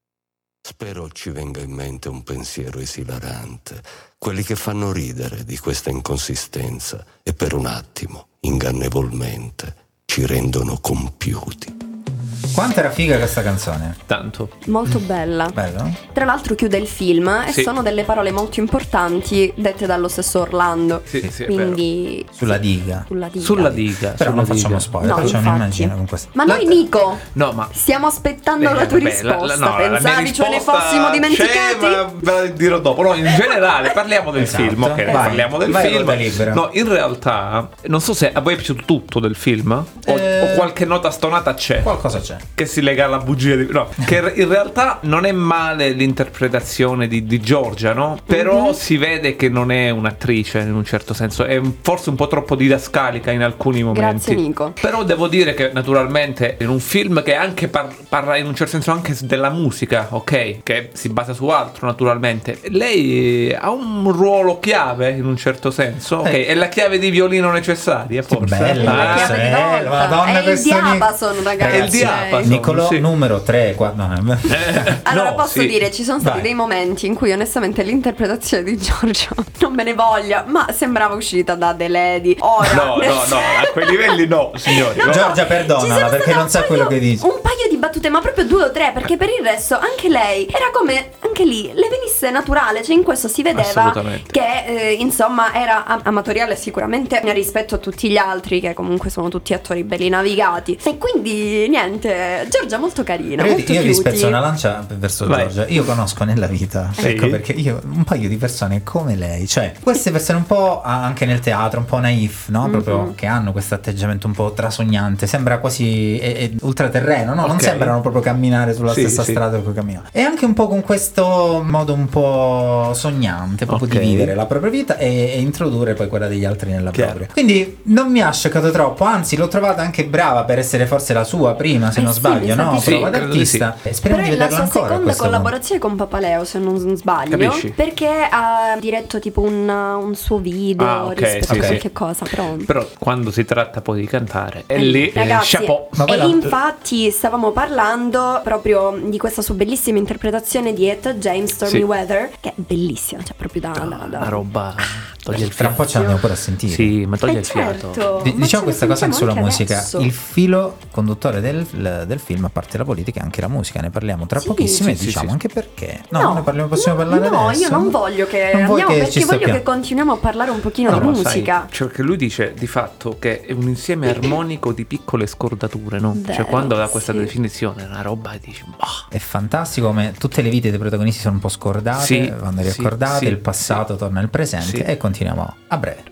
Spero ci venga in mente un pensiero esilarante, quelli che fanno ridere di questa inconsistenza e per un attimo, ingannevolmente, ci rendono compiuti. Quanto era figa questa canzone? Tanto. Molto bella. Bello? Tra l'altro chiude il film e Sì. sono delle parole molto importanti dette dallo stesso Orlando. Sì, sì, è Quindi Sulla diga. sulla diga. Sulla diga. Però sulla non facciamo diga. spoiler, No, facciamo infatti. un'immagine con questa. Ma noi Nico No, ma stiamo aspettando Eh, la tua vabbè, risposta. la- la- no, la mia Pensavi ce ne risposta fossimo dimenticati? c'è, ma ve la dirò dopo. No, in generale parliamo del Esatto. film. Ok, Vai, parliamo del vai, film. ruota libera. No, in realtà non so se a voi è piaciuto tutto del film o, Eh, o qualche nota stonata c'è. Qualcosa c'è. Che si lega alla bugia di... No, che in realtà non è male l'interpretazione di, di Giorgia, no? Però Mhm. si vede che non è un'attrice in un certo senso. È un- forse un po' troppo didascalica in alcuni momenti. Grazie Nico. Però devo dire che naturalmente in un film che anche par- parla in un certo senso anche della musica, ok? Che si basa su altro naturalmente. Lei ha un ruolo chiave in un certo senso, ok? Eh. È la chiave di violino necessaria, forse. bella, È la Ah, chiave di bella, volta. Madonna, È il questo Nic- diapason, ragazzi. È il diapason. Niccolò sì. numero tre, qua, no, no. Allora No, posso sì. dire, ci sono stati Vai. dei momenti in cui onestamente l'interpretazione di Giorgia non me ne voglia, ma sembrava uscita da The Lady. Ora, No, nel no, no, a quei livelli no, signori. no. Giorgia, Ci perdonala sono perché state non un sa paio- quello che dice. Un paio di battute, ma proprio due o tre, perché per il resto anche lei era come, anche lì, le venisse naturale, cioè in questo si vedeva Assolutamente. che eh, insomma era am- amatoriale sicuramente rispetto a tutti gli altri che comunque sono tutti attori belli navigati. E quindi niente, Giorgia molto carina, Io, molto io vi cutie. spezzo una lancia verso Vai. Giorgia. Io conosco nella vita, Sì. ecco perché io un paio di persone come lei, cioè queste persone un po' ah, anche nel teatro, un po' naif, no? Proprio Mhm. che hanno questo atteggiamento un po' trasognante, sembra quasi è, è ultraterreno, no? Non Ok. sembrano proprio camminare sulla Sì, stessa sì. strada per cui camminano. E anche un po' con questo modo un po' sognante, proprio Ok. di vivere la propria vita e, e introdurre poi quella degli altri nella Chiaro. propria. Quindi non mi ha scioccato troppo, anzi l'ho trovata anche brava per essere forse la sua prima, se Eh non sì, sbaglio, mi sa no? di sì. Prova Sì, credo di d'artista. E speriamo Però di è la vederla sua ancora a seconda questo punto. collaborazione con Papaleo, se non sbaglio. Capisci? Perché ha diretto tipo un, un suo video Ah, ok, rispetto sì, a sì. qualche cosa. Però, Però quando si tratta poi di cantare, è Eh, lì, eh, ragazzi, chapeau. Ma e quella- infatti stavamo parlando proprio di questa sua bellissima interpretazione di Etta James, Stormy Sì. Weather, che è bellissima, cioè proprio da... da, da- Una roba toglie il Tra un fiato. po' ce l'andiamo pure a sentire. Sì, ma toglie Eh, il fiato. certo. D- Ma ce diciamo la questa cosa anche sulla sentiamo musica. adesso. Il filo conduttore del, del film, a parte la politica, è anche la musica. Ne parliamo tra Sì, pochissimo e sì, sì, diciamo sì. anche perché. No, ne parliamo, possiamo no, parlare no, adesso. io non voglio che Non vuoi andiamo che perché ci voglio stoppiamo? che continuiamo a parlare un pochino No, di no, sai, musica. cioè, perché lui dice di fatto che è un insieme armonico di piccole scordature, no? Vero, cioè quando dà questa sì. definizione è una roba e dici boh. È fantastico come tutte le vite dei protagonisti sono un po' scordate, Sì, vanno sì, ricordate, sì, il passato torna al presente Sì. e continuiamo a breve.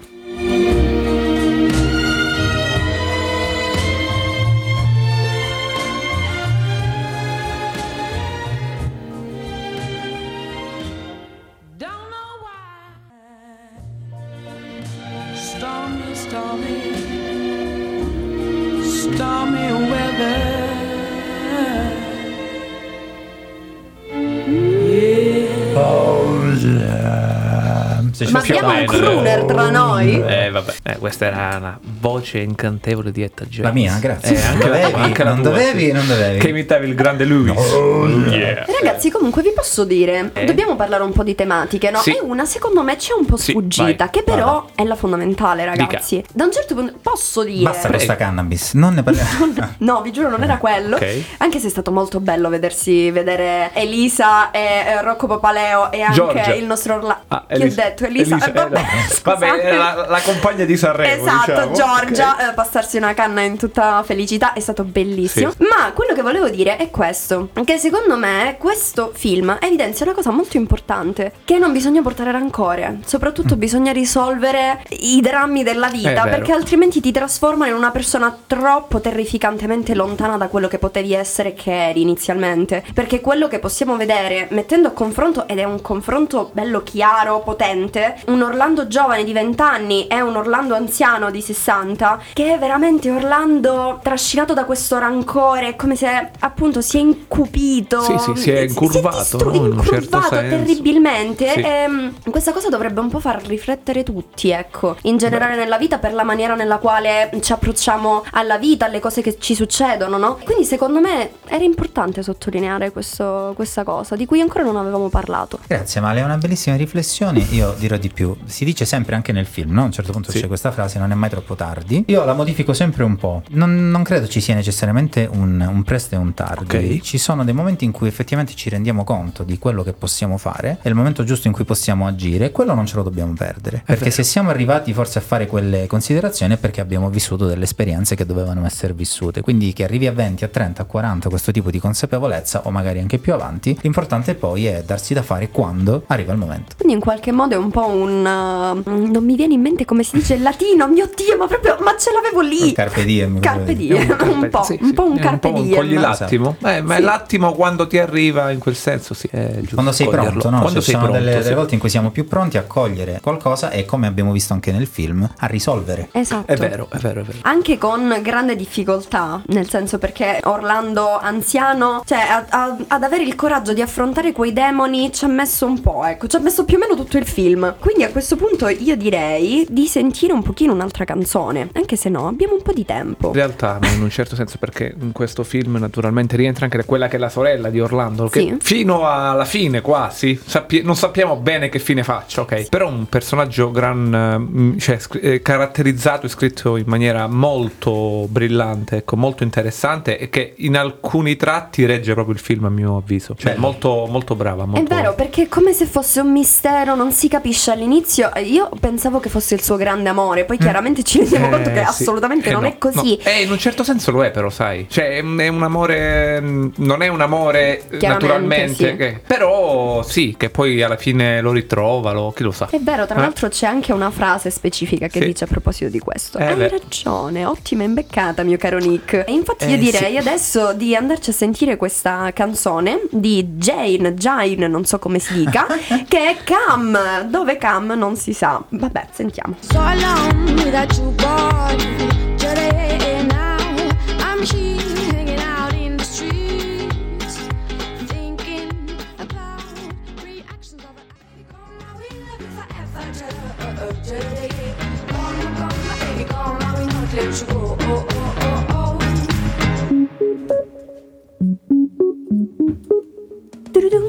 Don't know why. Stormy, stormy, stormy weather. Se ci Ma facciamo- abbiamo un crooner tra noi? Eh vabbè, eh, questa era una voce incantevole di Etta James. La mia, grazie. Eh, anche Non la, dovevi, anche la non tua, dovevi, sì. non dovevi. Che imitavi il grande Lewis. Yeah. Ragazzi, comunque vi posso dire, Eh? dobbiamo parlare un po' di tematiche, no? Sì. E una secondo me c'è un po' Sì, sfuggita, vai, che però vada. è la fondamentale, ragazzi. Da un certo punto posso dire... Basta questa cannabis, non ne parliamo. No, vi giuro, non era quello. Ok. Anche se è stato molto bello vedersi vedere Elisa e eh, Rocco Papaleo e anche Giorgia. il nostro Orlando. Ah, Che ho Elisa. detto Lisa, Elisa, eh, vabbè, eh, vabbè, scusate. la, la compagna di Sanremo, Esatto, diciamo. Giorgia, Ok. eh, passarsi una canna in tutta felicità è stato bellissimo. Sì. Ma quello che volevo dire è questo: che secondo me questo film evidenzia una cosa molto importante, che non bisogna portare rancore. Soprattutto bisogna risolvere i drammi della È vita, vero. perché altrimenti ti trasformano in una persona troppo terrificantemente lontana da quello che potevi essere, che eri inizialmente. Perché quello che possiamo vedere mettendo a confronto, ed è un confronto bello chiaro, potente, un Orlando giovane di venti anni e un Orlando anziano di sessanta, che è veramente Orlando trascinato da questo rancore, come se appunto si è incupito, Sì, sì, si è incurvato, distru- no? In un certo incurvato senso. terribilmente. Sì. E mm, questa cosa dovrebbe un po' far riflettere tutti, ecco, in generale nella vita, per la maniera nella quale ci approcciamo alla vita, alle cose che ci succedono, no? Quindi secondo me era importante sottolineare questo, questa cosa di cui ancora non avevamo parlato. Grazie Male, è una bellissima riflessione. Io dirò di più, si dice sempre anche nel film, no? A un certo punto Sì. c'è questa frase: non è mai troppo tardi. Io la modifico sempre un po'. Non, non credo ci sia necessariamente un, un presto e un tardi. Ok. Ci sono dei momenti in cui effettivamente ci rendiamo conto di quello che possiamo fare, è il momento giusto in cui possiamo agire, e quello non ce lo dobbiamo perdere, perché vero. se siamo arrivati forse a fare quelle considerazioni è perché abbiamo vissuto delle esperienze che dovevano essere vissute. Quindi che arrivi a venti, a trenta, a quaranta questo tipo di consapevolezza, o magari anche più avanti, l'importante poi è darsi da fare quando arriva il momento. Quindi in qualche modo è un po' un uh, non mi viene in mente come si dice in latino, mio Dio, ma proprio ma ce l'avevo lì. Carpe diem. Carpe quello diem, un po', Sì, un sì, po' un è carpe un po' un diem. cogli l'attimo. Eh, ma Sì. è l'attimo quando ti arriva, in quel senso, sì. È giusto Quando sei coglierlo. pronto, no? Quando Ci sei sono pronto, delle, sì. delle volte in cui siamo più pronti a cogliere qualcosa e, come abbiamo visto anche nel film, a risolvere. Esatto. È vero, è vero, è vero. Anche con grande difficoltà, nel senso, perché Orlando anziano, cioè a- a- ad avere il coraggio di affrontare quei demoni ci ha messo un po', ecco, ci ha messo più o meno tutto il film. Quindi a questo punto io direi di sentire un pochino un'altra canzone, anche se no, abbiamo un po' di tempo. In realtà, no, in un certo senso, perché in questo film naturalmente rientra anche quella che è la sorella di Orlando, che Sì. fino alla fine quasi sappi- non sappiamo bene che fine faccia, ok? Però un personaggio gran, eh, cioè, scr- eh, caratterizzato e scritto in maniera molto brillante, ecco, molto interessante, e che in alcuni tratti regge proprio il film, a mio avviso. Cioè, molto, molto brava. Molto... È vero, perché è come se fosse un mistero, non si capisce all'inizio. Io pensavo che fosse il suo grande amore, poi chiaramente ci rendiamo Eh, conto che sì. assolutamente Eh, non no, è così. no. Eh, in un certo senso lo è, però, sai. Cioè, è un- è un amore. mh, Non è un amore eh, Chiaramente, naturalmente. sì. che- però sì, che poi alla fine lo ritrova, lo, chi lo sa. È vero, tra Eh? l'altro c'è anche una frase specifica che Sì. dice a proposito di questo. Eh, Hai beh. ragione, ottima imbeccata, mio caro Nick. E infatti io Eh, direi sì. adesso di andarci a sentire questa canzone di Jane, Jane, non so come si dica, che è Cam, dove Cam non si sa. Vabbè, sentiamo. So long without you, boy. Today now I'm here hanging out in the streets, thinking about reactions of it. Come on, we love you forever. Today, come, come, baby, come on, we not let you go. Oh, oh, oh, oh. Tududum.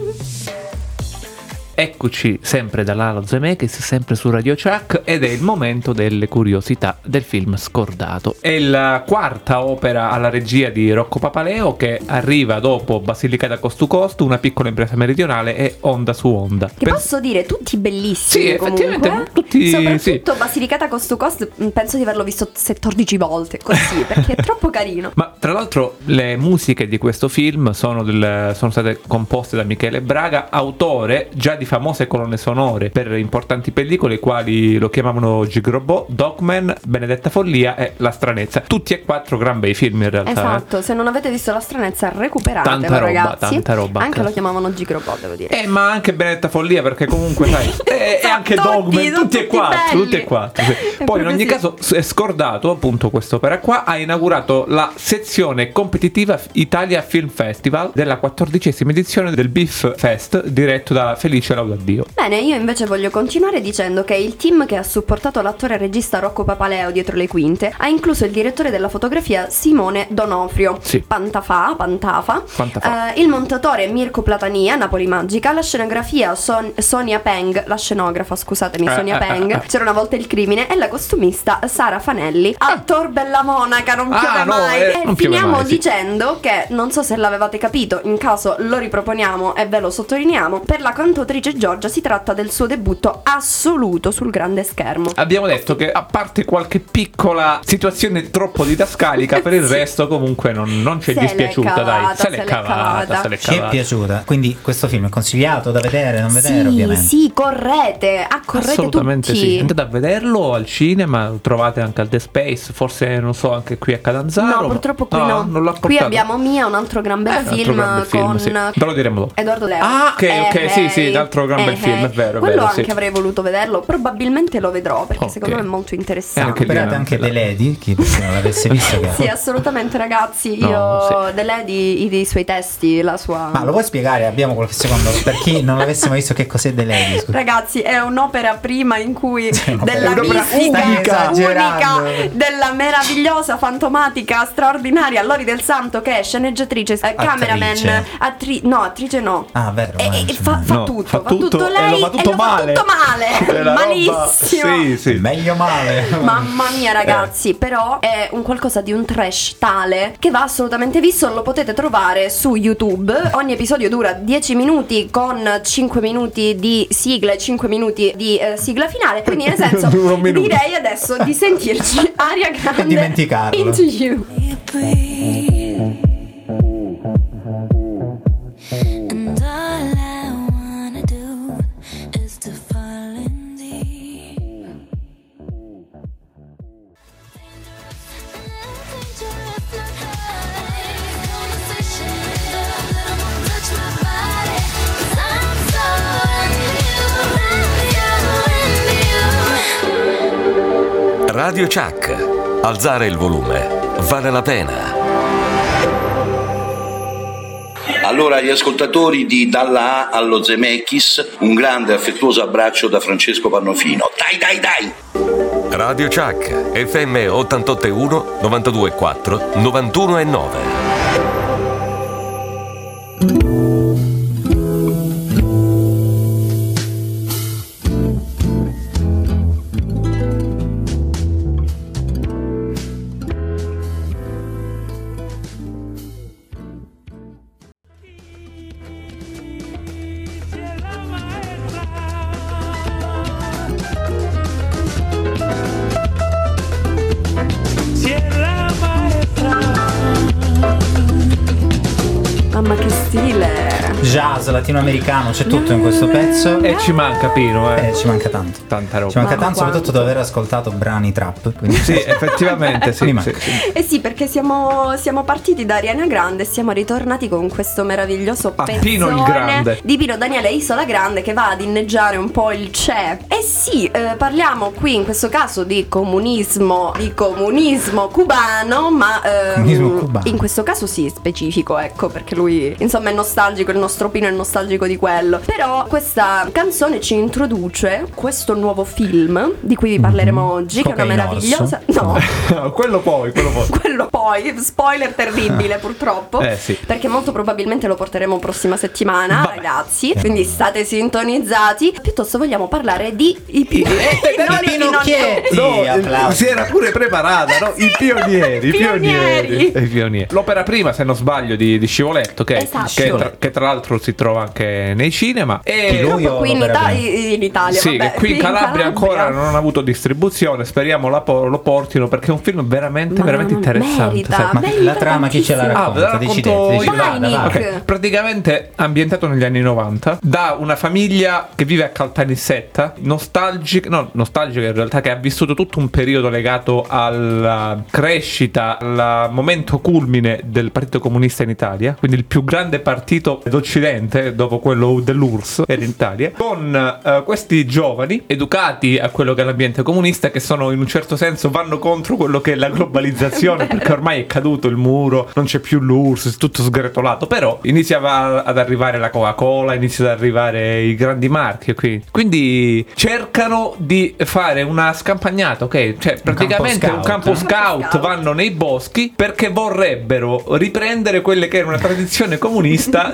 Eccoci sempre da Lalo Zemeckis, sempre su Radio Chuck, ed è il momento delle curiosità del film Scordato. È la quarta opera alla regia di Rocco Papaleo, che arriva dopo Basilicata Coast to Coast, Una piccola impresa meridionale e Onda su Onda. Che Pen- posso dire, tutti bellissimi. Sì, effettivamente, comunque. tutti- Soprattutto Basilicata Coast to Coast, mh, penso di averlo visto settordici volte, così, perché è troppo carino. Ma tra l'altro le musiche di questo film sono, del- sono state composte da Michele Braga, autore già di famose colonne sonore per importanti pellicole quali Lo chiamavano Gigrobot, Dogman, Benedetta Follia e La Stranezza. Tutti e quattro gran bei film in realtà. eh. Esatto, se non avete visto La Stranezza recuperatelo, Tanta roba, ragazzi. tanta roba. Anche lo chiamavano Gigrobot, devo dire. Eh, ma anche Benedetta Follia, perché comunque sai, e, e Sono anche tutti, Dogman, sono tutti e tutti quattro, belli. tutti e quattro. sì. È Poi in proprio ogni sì. caso è scordato appunto quest'opera qua, ha inaugurato la sezione competitiva Italia Film Festival della quattordicesima edizione del Beef Fest, diretto da Felice Laudadio. Bene, io invece voglio continuare dicendo che il team che ha supportato l'attore e regista Rocco Papaleo dietro le quinte ha incluso il direttore della fotografia Simone Donofrio, Sì. Pantafa, Pantafa, Pantafa. eh, il montatore Mirko Platania, Napoli Magica, la scenografia Son- Sonia Peng, la scenografa, scusatemi, Eh, Sonia eh, Peng, eh, eh. C'era una volta il crimine, e la costumista Sara Fanelli, Attor Bella Monaca, non Ah, piove no, mai. eh, e non piove finiamo mai, sì. dicendo che, non so se l'avevate capito, in caso lo riproponiamo e ve lo sottolineiamo, per la cantautrice dice Giorgia, si tratta del suo debutto assoluto sul grande schermo. Abbiamo detto che a parte qualche piccola situazione troppo didascalica, per il resto comunque non, non ci è Se l'è dispiaciuta, cavata, dai. Se l'è cavata, se l'è Ci è cavata. piaciuta. Quindi questo film è consigliato da vedere, non vedere Sì, ovviamente. sì, correte, accorrete Assolutamente tutti. sì. Andate a vederlo al cinema, lo trovate anche al The Space, forse non so anche qui a Catanzaro. No, purtroppo qui no. non l'ha Qui portato. abbiamo Mia, un altro gran bel Eh, un altro film gran bel film, con sì. Ve lo diremo dopo. Edoardo Leo. Ah, ok, ok, Eh, sì, sì, eh, l'altro gran bel eh, film, è vero, è Quello vero, anche sì. avrei voluto vederlo, probabilmente lo vedrò perché Ok. secondo me è molto interessante. anche lì Recuperate anche anche The Lady, chi non l'avesse visto. Che... Sì, assolutamente ragazzi, No, io sì. The Lady, i, i suoi testi, la sua... Ma lo puoi spiegare? Abbiamo qualche secondo per chi non l'avesse mai visto che cos'è The Lady? Scusa. Ragazzi, è un'opera prima in cui un'opera della prima. mistica, Stai esagerando. unica, della meravigliosa, fantomatica, straordinaria Lori del Santo, che è sceneggiatrice, eh, cameraman, attri- no, attrice no. Ah, vero. E, eh, e fa, fa No, tutto, fa fa tutto, tutto e lei lo fa tutto e lo fa male. tutto male, È la roba- malissimo. Sì, sì. Meglio male. Mamma mia ragazzi, però è un qualcosa di un trash tale che va assolutamente visto, lo potete trovare su YouTube. Ogni episodio dura dieci minuti con cinque minuti di sigla e cinque minuti di eh, sigla finale. Quindi nel senso Dura un minuto. direi adesso di sentirci Aria Grande dimenticarlo. Into You. And all I wanna do is to fall in deep. Dangerous, not high. Conversation, touch my body. 'Cause I'm so into you, into you. Radio Chuck. Alzare il volume vale la pena. Allora agli ascoltatori di Dalla A allo Zemeckis un grande affettuoso abbraccio da Francesco Pannofino. Dai dai dai! Radio Chuck, F M ottantotto virgola uno, novantadue virgola quattro, novantuno virgola nove. Mamma che stile. Jazz latinoamericano, c'è tutto in questo pezzo. E ci manca Pino, eh. Eh, ci manca tanto. Tanta roba. Ci manca Mamma tanto, soprattutto quanto. dopo aver ascoltato brani trap. Quindi... Sì, effettivamente sì, Mi sì, manca. sì. Eh sì, perché siamo, siamo partiti da Ariana Grande e siamo ritornati con questo meraviglioso Ah, pezzone Pino il Grande. di Pino Daniele Isola Grande che va ad inneggiare un po' il c'è. Eh sì, eh, parliamo qui in questo caso di comunismo, di comunismo cubano, ma ehm, Comunismo cubano. in questo caso sì, specifico, ecco, perché lui insomma è nostalgico, il nostro Pino è nostalgico di quello. Però questa canzone ci introduce questo nuovo film di cui vi parleremo oggi, che è una Cocaine meravigliosa... Orso. No, quello poi, quello poi. quello poi, spoiler terribile purtroppo, Eh, sì. perché molto probabilmente lo porteremo prossima settimana, Vabbè. ragazzi, quindi state sintonizzati. Piuttosto vogliamo parlare di i pi- però di Pinocchietti. No, applausi. si era pure preparata, no? I pionieri, i I pionieri. pionieri. I pionieri. L'opera prima, se non sbaglio, di, di Scivoletto, che, Esatto. che, tra, che tra l'altro si trova anche nei cinema. E Chi lui o qui in, l'opera Ita- prima? in Italia, sì, vabbè, che qui in Calabria ancora non ha avuto distribuzione. Speriamo la po- lo portino, perché è un film veramente, Ma veramente interessante. merita, sai. Ma merita la trama chi ce la tantissimo. racconta? Ah, ve la Decidete, racconto decidete. io. Vada, Vai, vada. Nick. Ok, praticamente ambientato negli anni novanta da una famiglia che vive a Caltanissetta, nostalgica, no, nostalgica in realtà, che ha vissuto tutto un periodo legato alla crescita, al momento culmine del Partito Comunista in Italia, quindi il più grande partito d'Occidente dopo quello dell'U R S S era in Italia, con eh, questi giovani educati a quello che è l'ambiente comunista, che sono in un certo senso vanno contro quello che è la globalizzazione, perché ormai è caduto il muro, non c'è più l'U R S S, è tutto sgretolato, però iniziava ad arrivare la Coca-Cola, iniziano ad arrivare i grandi marchi qui. Quindi cercano di fare una scampagnata, ok? Cioè praticamente un campo campo scout, scout. vanno nei boschi perché vorrebbero riprendere quelle che era una tradizione comunista degli anni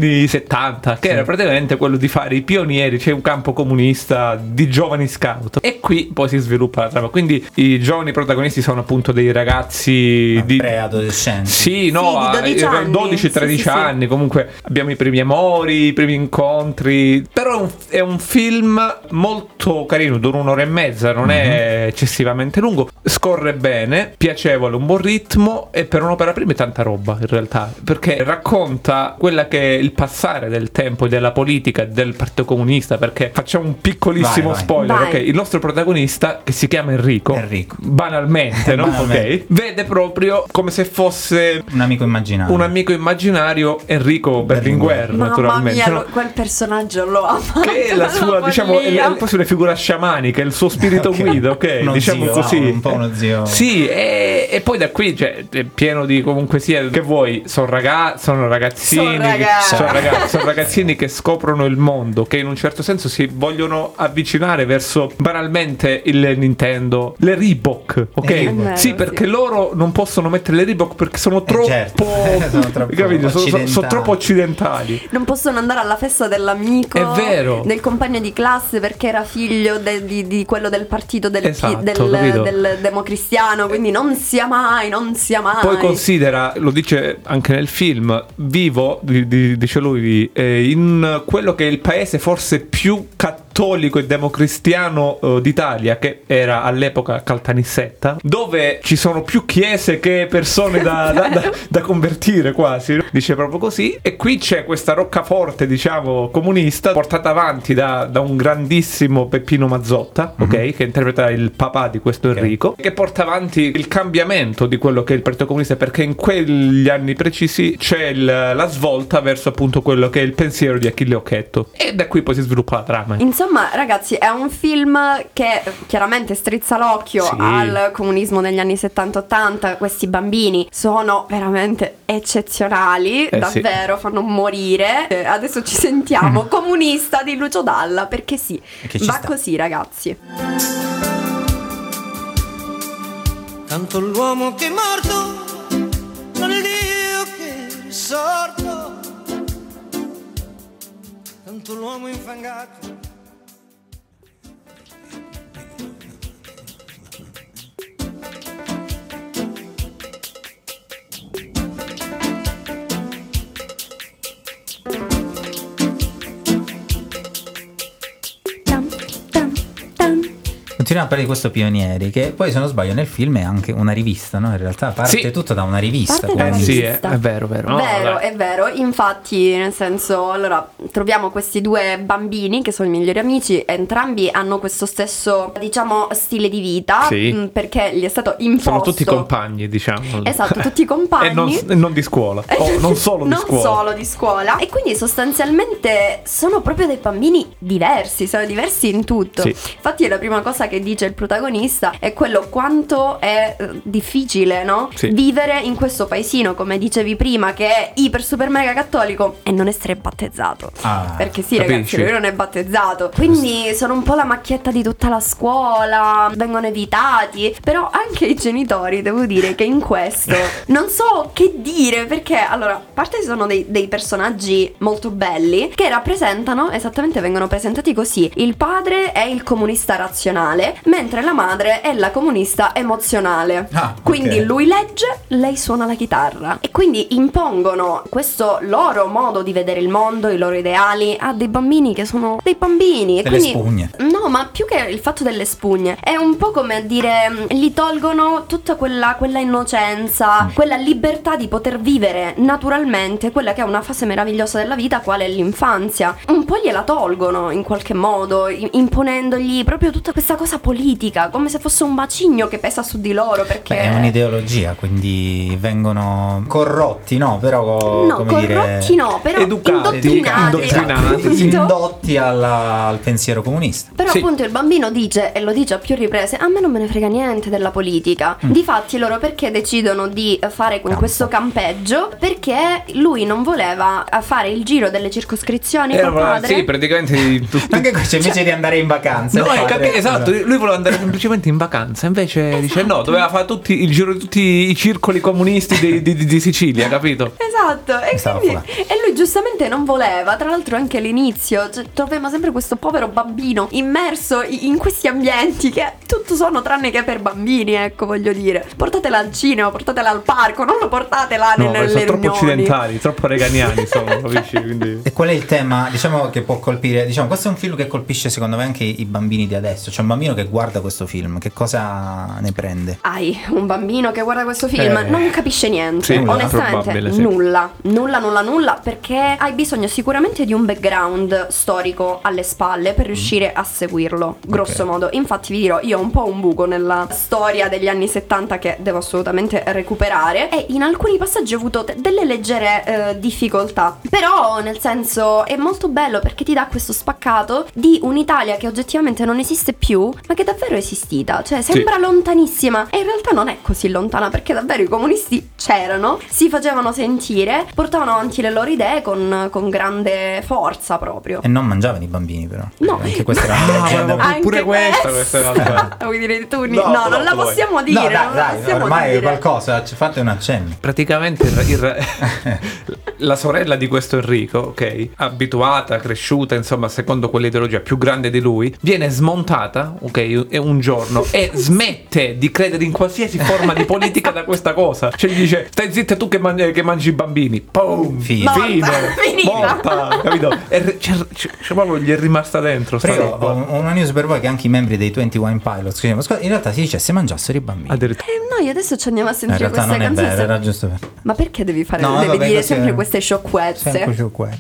anni settanta, che era praticamente quello di fare i pionieri, c'è un campo comunista di giovani scout, e qui poi si sviluppa la trama. Quindi i giovani protagonisti sono appunto dei ragazzi di preadolescenti. Sì, no, Sì, di dodici anni. dodici tredici Sì, sì, sì. anni, comunque abbiamo i primi amori, i primi incontri, però è un, è un film molto carino, dura un'ora e mezza, non è eccessivamente lungo, scorre bene, piacevole, un buon ritmo, e per un'opera prima è tanta roba in realtà, perché racconta quella che è il passare del tempo e della politica del Partito Comunista, perché facciamo un piccolissimo Vai, vai. spoiler, Vai. ok? Il nostro protagonista, che si chiama Enrico, Enrico. banalmente, no? Banalmente. Ok? Vede proprio come se fosse Un amico immaginario. un amico immaginario, Enrico Berlinguer, Mamma naturalmente, mia, no? lo- quel personaggio lo amo. Che è la sua, Una diciamo, è, follia. è quasi una figura sciamanica, è il suo spirito Ok. guida, ok? Uno Diciamo zio, così. un po' uno zio. Sì, e, e poi da qui, cioè, è pieno di, comunque sia, che vuoi, sono ragazzi, sono ragazzini, Son ragazzi. sono ragazzi, sono ragazzini che scoprono il mondo, che in un certo senso si vogliono avvicinare verso banalmente il Nintendo, le Reebok, ok? Le Reebok. Sì, È vero, perché sì. loro non possono mettere le Reebok perché sono troppo, certo. Sono troppo capito? Sono, sono- sono occidentali. troppo occidentali. Non possono andare alla festa dell'amico, È vero. del compagno di classe, perché era figlio de- di, di quello del partito del, Esatto, del, capito? del democristiano, quindi non sia mai, non sia mai. Poi considera, lo dice anche nel film, vivo, di- di- dice lui, eh, in quello che è il paese forse più cattolico e democristiano eh, d'Italia, che era all'epoca Caltanissetta, dove ci sono più chiese che persone da, da- da- da convertire quasi, no? Dice proprio così. E qui c'è questa roccaforte, diciamo, comunista, portata avanti da, da un grandissimo Peppino Mazzotta, ok? Che interpreta il papà di questo Enrico, che porta avanti il cambiamento di quello che è il Partito Comunista, perché in quegli anni precisi c'è il- la svolta verso appunto quello che è il pensiero di Achille Occhetto, e da qui poi si sviluppa la trama. Insomma, ragazzi, è un film che chiaramente strizza l'occhio Sì. al comunismo degli anni settanta ottanta. Questi bambini sono veramente eccezionali, Eh, sì. davvero fanno morire. Eh, adesso ci sentiamo Comunista di Lucio Dalla, perché sì, Che ci va sta. così, ragazzi. Tanto l'uomo che è morto non è Dio che è risorto. Tanto l'uomo infangato. Tam, tam, tam. Continuiamo a parlare di questo Pionieri, che poi se non sbaglio nel film è anche una rivista, no? In realtà parte Sì. tutto da una rivista. Parte da Eh una quindi- sì, è, rivista. è vero, vero. No, Vero, dai. è vero. Infatti, nel senso, allora, troviamo questi due bambini che sono i migliori amici. Entrambi hanno questo stesso, diciamo, stile di vita. Sì. mh, Perché gli è stato imposto. Sono tutti compagni, diciamo. Esatto, tutti compagni. E non, e non di scuola. O non solo di non scuola. solo di scuola. E quindi sostanzialmente sono proprio dei bambini diversi, sono diversi in tutto. Sì. Infatti la prima cosa che dice il protagonista è quello quanto è eh, difficile, no? Sì. Vivere in questo paesino, come dicevi prima, che è iper super mega cattolico e non essere battezzato. Ah, Perché sì, capisci? ragazzi, lui non è battezzato. Quindi sono un po' la macchietta di tutta la scuola, vengono evitati. Però anche i genitori, devo dire che in questo non so che dire, perché allora, a parte sono dei, dei personaggi molto belli che rappresentano, esattamente vengono presentati così: il padre è il comunista razionale, mentre la madre è la comunista emozionale. Ah, ok. Quindi lui legge, lei suona la chitarra, e quindi impongono questo loro modo di vedere il mondo, i loro ideali a dei bambini che sono dei bambini. E Delle quindi spugne. no, ma più che il fatto delle spugne, è un po' come a dire, mh, gli tolgono tutta quella, quella innocenza, quella libertà di poter vivere naturalmente quella che è una fase meravigliosa della vita, quale è l'infanzia. Un po' gliela tolgono in qualche modo, i- imponendogli proprio tutta questa cosa politica, come se fosse un macigno che pesa su di loro, perché Beh, è un'ideologia, quindi vengono corrotti, no? Però no, come dire, corrotti no, però educati, indottrinati, indottrinati, capito? indotti alla- al pensiero comunista. Però Sì. appunto il bambino dice, e lo dice a più riprese, a me non me ne frega niente della politica. Mm. Difatti loro perché decidono di fare Campo. questo campeggio? Perché lui non voleva fare il giro delle circoscrizioni Era col padre. sì, praticamente di tutti. Anche qui, cioè, invece di andare in vacanza, No, il è padre- capi- esatto, lui voleva andare semplicemente in vacanza, invece dice no, doveva fare tutti il giro di tutti i circoli comunisti di, di- di- di Sicilia, capito? Esatto, Esatto, e, Stava quindi, fuori. e lui giustamente non voleva. Tra l'altro anche all'inizio, cioè, troviamo sempre questo povero bambino immerso i- in questi ambienti che tutto sono tranne che per bambini, ecco, voglio dire. Portatela al cinema, portatela al parco, non lo portate là No, nelle sono troppo riunioni. occidentali, troppo reganiani sono, capisci? Quindi... E qual è il tema, diciamo, che può colpire? Diciamo, questo è un film che colpisce secondo me anche i bambini di adesso. C'è un bambino che guarda questo film, che cosa ne prende? Hai un bambino che guarda questo film, Eh. non capisce niente, Sì, onestamente probabile, sì. nulla, nulla, nulla, nulla, perché hai bisogno sicuramente di un background storico alle spalle per riuscire a seguirlo, grosso Ok. modo. Infatti vi dirò, io ho un po' un buco nella storia degli anni settanta che devo assolutamente recuperare e in alcuni passaggi ho avuto de- delle leggere eh, difficoltà, però nel senso è molto bello perché ti dà questo spaccato di un'Italia che oggettivamente non esiste più, ma che davvero è esistita, cioè sembra lontanissima e in realtà non è così lontana perché davvero i comunisti c'erano, si facevano sentire, portavano avanti le loro idee con, con grande forza proprio. E non mangiavano i bambini, però. No. Anche questa era Ah, una leggenda. volevo- pure questa, questo. questa è un'altra. Vuoi dire tu? No, No, non troppo, la vai. possiamo dire. No, dai, non la dai, possiamo ormai dire. qualcosa, ci fate un accenno. Praticamente il- il- la sorella di questo Enrico, ok, abituata, cresciuta, insomma, secondo quell'ideologia più grande di lui, viene smontata, ok, e un giorno e smette di credere in qualsiasi forma di politica da questa cosa. Cioè gli dice: stai zitta tu che, mangi, che mangi i bambini. Pum, Fine. Morta, fine, finita. morta, capito? E re- c'è, c'è- c'è proprio gli è rimasta dentro sta Prego, roba. ho una news per voi che anche i membri dei ventuno Pilots, che dicevano, "Scusa, in realtà si dice se mangiassero i bambini." Addirittura. Eh, noi adesso ci andiamo a In sentire realtà queste non è canzoni. vero, era giusto per... Ma perché devi fare, No, devi vabbè, dire così sempre è- queste sciocchezze? Sempre sciocchezze.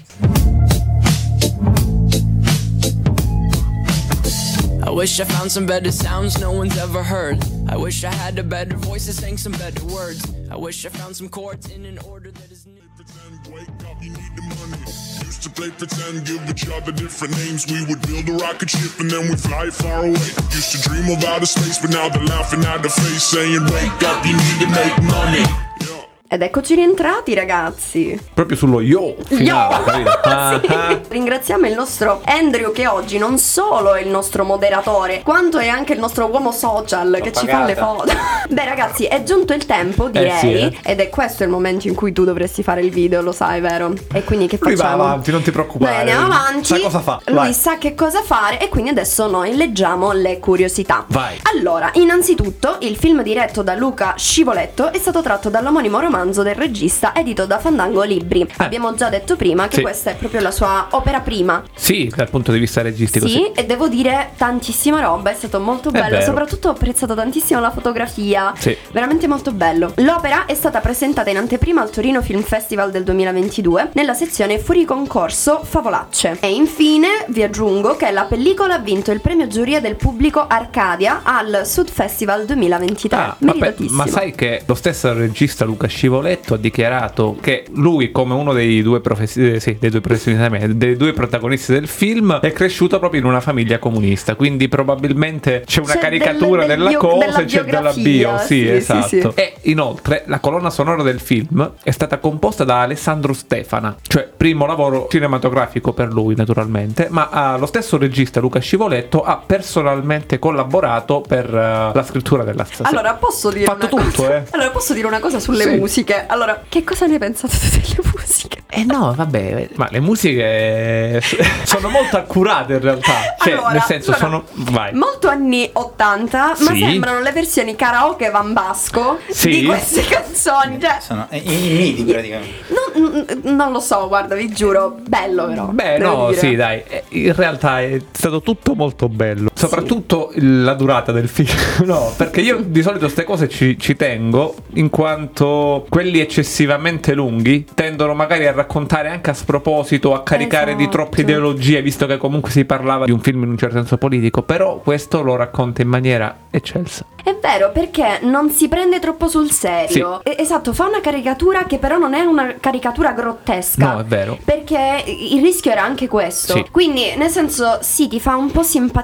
I wish I found some better sounds no one's ever heard. I wish I had a better voice that sang some better words. I wish I found some chords in an order that is new. Wake up, you need the money. Used to play pretend, give each other different names. We would build a rocket ship and then we'd fly far away. Used to dream of outer space, but now they're laughing at the face, saying, wake up, you need to make money. Ed eccoci rientrati, ragazzi. Proprio sullo yo finale, Yo! capito? Ah, Sì. ah. Ringraziamo il nostro Andrew che oggi non solo è il nostro moderatore, quanto è anche il nostro uomo social che ci fa le foto. Beh ragazzi, è giunto il tempo, direi, sì, eh. ed è questo il momento in cui tu dovresti fare il video, lo sai, vero? E quindi che Lui va facciamo? avanti, non ti preoccupare. Noi andiamo avanti. Sa cosa fa. Lui Vai. sa che cosa fare e quindi adesso noi leggiamo le curiosità. Vai. Allora, innanzitutto, il film diretto da Luca Scivoletto è stato tratto dall'omonimo romanzo del regista edito da Fandango Libri. Abbiamo già detto prima che Sì. questa è proprio la sua opera prima. Sì, dal punto di vista registico, Sì, sì. e devo dire tantissima roba, è stato molto È bello, vero. soprattutto ho apprezzato tantissimo la fotografia, Sì. veramente molto bello. L'opera è stata presentata in anteprima al Torino Film Festival del duemilaventidue nella sezione fuori concorso Favolacce. E infine vi aggiungo che la pellicola ha vinto il premio giuria del pubblico Arcadia al Sud Festival duemilaventitré. Ah, vabbè, Meritatissimo. ma sai che lo stesso regista Luca Scivoletto ha dichiarato che lui, come uno dei due, profes- eh, sì, dei due professionisti, dei due protagonisti del film, è cresciuto proprio in una famiglia comunista. Quindi probabilmente c'è una C'è caricatura del- del della bio- cosa della e c'è della bio. biografia, Sì, sì, esatto. sì, sì. E inoltre la colonna sonora del film è stata composta da Alessandro Stefana, cioè primo lavoro cinematografico per lui, naturalmente. Ma ah, lo stesso regista Luca Scivoletto ha personalmente collaborato per eh, la scrittura della stessa. Allora, posso dire Fatto una tutto, cosa? eh. Allora, posso dire una cosa sulle Sì. musiche? Allora, che cosa ne pensate delle musiche? Eh no, vabbè, ma le musiche sono molto accurate in realtà. Cioè, Allora, nel senso, sono sono. Vai. Molto anni ottanta, ma Sì. sembrano le versioni karaoke Van Basco Sì. di queste canzoni. Cioè, Sono i, i miti praticamente. non, non lo so, guarda, vi giuro, bello però. Beh, devo no, dire. sì, dai. eh, In realtà è stato tutto molto bello. Soprattutto il- la durata del film. No, perché io di solito queste cose ci, ci tengo, in quanto quelli eccessivamente lunghi tendono magari a raccontare anche a sproposito, a caricare di Esatto. troppe ideologie, visto che comunque si parlava di un film in un certo senso politico. Però questo lo racconta in maniera eccelsa. È vero, perché non si prende troppo sul serio. Eh, Esatto, fa una caricatura che però non è una caricatura grottesca. No, è vero. Perché il rischio era anche questo. Sì. Quindi, nel senso, sì, ti fa un po' simpatizzare.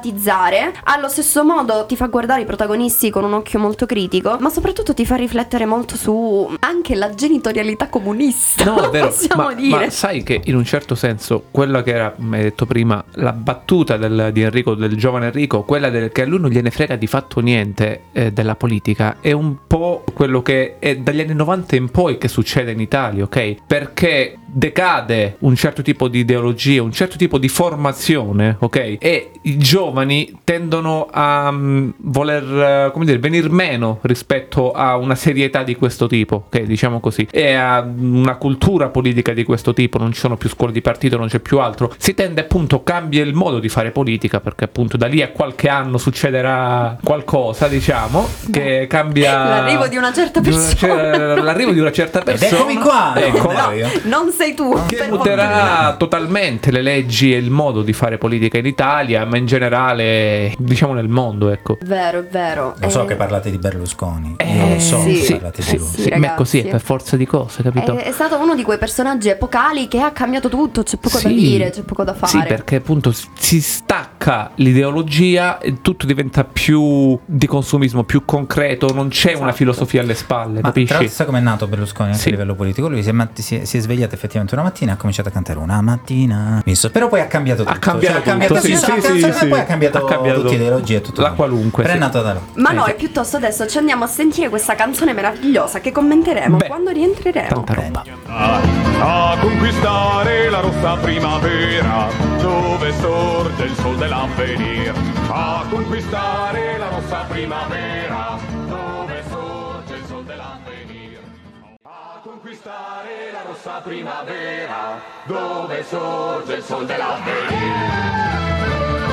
fare, allo stesso modo ti fa guardare i protagonisti con un occhio molto critico, ma soprattutto ti fa riflettere molto su anche la genitorialità comunista. No, è vero, possiamo ma, dire. ma sai che in un certo senso quella che era, mi hai detto prima, la battuta del, di Enrico, del giovane Enrico, quella del, che a lui non gliene frega di fatto niente eh, della politica, è un po' quello che è dagli anni novanta in poi che succede in Italia, ok? Perché decade un certo tipo di ideologia, un certo tipo di formazione, ok? E i giovani tendono a um, voler, uh, come dire, venir meno rispetto a una serietà di questo tipo, ok? Diciamo così, e a una cultura politica di questo tipo. Non ci sono più scuole di partito, non c'è più altro. Si tende appunto, cambia il modo di fare politica, perché appunto da lì a qualche anno succederà qualcosa, diciamo, che cambia L'arrivo di una certa di una persona. cer- l'arrivo di una certa Ed persona. eccomi qua, no, Eccola. non ero io. Non sei tu. Che per muterà totalmente le leggi e il modo di fare politica in Italia, ma in generale, diciamo, nel mondo, ecco. Vero, è vero. Lo so Eh, che parlate di Berlusconi. Eh, Io lo so sì, che parlate sì, di lui. sì, sì, ma è ragazzi. così, è per forza di cose, capito? È, è stato uno di quei personaggi epocali che ha cambiato tutto, c'è poco da Sì. dire, c'è poco da fare. Sì, perché appunto si stacca l'ideologia e tutto diventa più di consumismo, più concreto, non c'è una Esatto. filosofia alle spalle, Ma tra capisci? l'altro sai com'è nato Berlusconi anche Sì. a livello politico? Lui si è, mat- si, è, si è svegliato effettivamente una mattina e ha cominciato a cantare una mattina. Visto? Però poi ha cambiato tutto. Ha cambiato Cioè, ha cambiato tutto, sì, sì, sì, ha sì, cambiato- sì. poi ha cambiato, Ha cambiato tutte le ideologie e tutto. la quanto. qualunque, Però è sì. nato da là. Ma Eh, noi sì. piuttosto adesso ci andiamo a sentire questa canzone meravigliosa che commenteremo Beh, quando rientreremo. Tanta roba. A conquistare la rossa primavera dove sorge il sol dell'avvenir. A conquistare la rossa primavera dove sorge il sol dell'avvenir. A conquistare la rossa primavera dove sorge il sol dell'avvenir.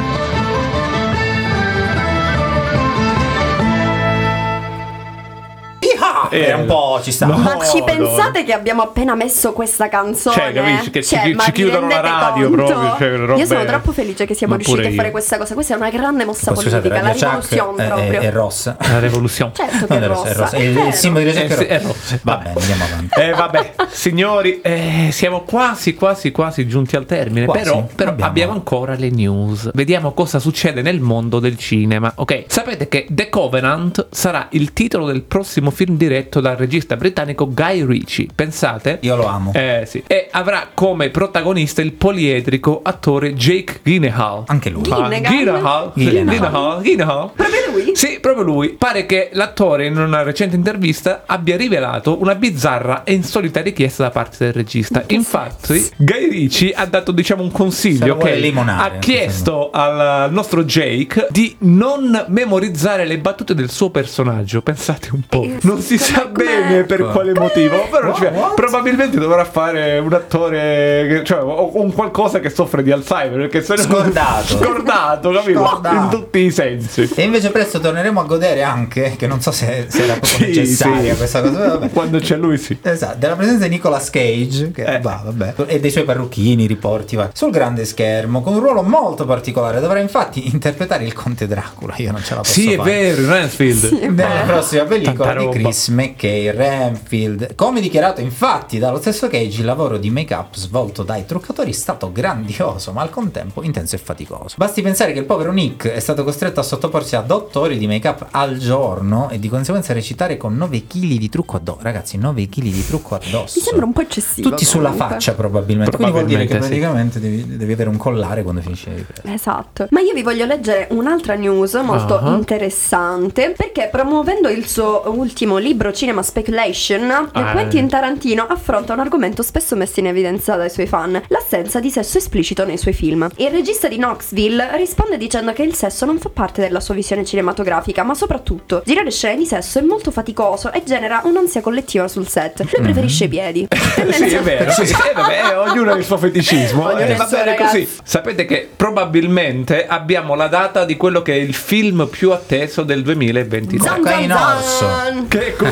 Ah, Eh, era un po' ci sta. no. Ma ci no. pensate che abbiamo appena messo questa canzone? Cioè, capisci, che ci- ma ci vi chiudono la rendete radio conto? proprio, cioè, robe- Io sono troppo felice che siamo Ma pure riusciti a io. fare questa cosa. Questa è una grande mossa Oh, scusate, politica, la Radio Chuck rivoluzione è, proprio. è, è rossa. La rivoluzione. Certo che Non è è rossa, è rossa. rossa. è Il, il vero. simbolo di Eh, Chuck sì, è è rossa. rossa. Va bene, andiamo avanti. Eh vabbè, signori, eh, siamo quasi quasi quasi giunti al termine. Quasi. Però, però Abbiamo- abbiamo... ancora le news. Vediamo cosa succede nel mondo del cinema. Ok, sapete che The Covenant sarà il titolo del prossimo film diretto dal regista britannico Guy Ritchie. Pensate? Io lo amo. Eh sì. E avrà come protagonista il poliedrico attore Jake Gyllenhaal. Anche lui. Ah, Gyllenhaal? Gyllenhaal. Gyllenhaal. Gyllenhaal. Gyllenhaal. Proprio lui? Sì, proprio lui. Pare che l'attore in una recente intervista abbia rivelato una bizzarra e insolita richiesta da parte del regista. Infatti, Guy Ritchie ha dato, diciamo, un Se consiglio, lo vuole ok? limonare, Ha chiesto al nostro Jake di non memorizzare le battute del suo personaggio. Pensate un po'. Eh, Non si com'è- sa com'è? bene per quale motivo, però What? cioè, What? probabilmente dovrà fare un attore che- cioè, o un qualcosa che soffre di Alzheimer, perché se no- Scordato. scordato, capito? Scordato. In tutti i sensi. E invece presto torneremo a godere anche, che non so se, se era proprio Sì, necessaria sì. questa cosa, vabbè. Quando c'è lui, sì. Esatto, della presenza di Nicolas Cage, che Eh. va, vabbè, e dei suoi parrucchini, riporti va, sul grande schermo, con un ruolo molto particolare. Dovrà infatti interpretare il conte Dracula. Io non ce la posso Sì, è fare. vero, in Renfield. Sì, è Nella vero. prossima pellicola Tanta di roba. Chris McKay, Renfield. Come dichiarato infatti dallo stesso Cage, il lavoro di make-up svolto dai truccatori è stato grandioso, ma al contempo intenso e faticoso. Basti pensare che il povero Nick è stato costretto a sottoporsi ad otto ore di make-up al giorno e di conseguenza recitare con nove chili di trucco addosso. Ragazzi, nove chili di trucco addosso. Mi sembra un po' eccessivo. Tutti sulla comunque. faccia probabilmente. Quindi vuol dire che Probabilmente, praticamente devi, devi avere un collare quando finisci le riprese. Esatto. Ma io vi voglio leggere un'altra news molto Ah. interessante, perché promuovendo il suo ultimo libro Cinema Speculation, Ah. Quentin Tarantino affronta un argomento spesso messo in evidenza dai suoi fan: l'assenza di sesso esplicito nei suoi film. Il regista di Knoxville risponde dicendo che il sesso non fa parte della sua visione cinematografica, ma soprattutto girare scene di sesso è molto faticoso e genera un'ansia collettiva sul set. Lui preferisce i piedi. Sì, è vero. Sì, sì, eh, vabbè, eh, ognuno ha il suo feticismo. Ognuno Eh, il va suo, bene ragazzi. così. Sapete che probabilmente abbiamo la data di quello che è il film più atteso del duemilaventidue. Zan, Coca zan, in orso. zan. Che è co-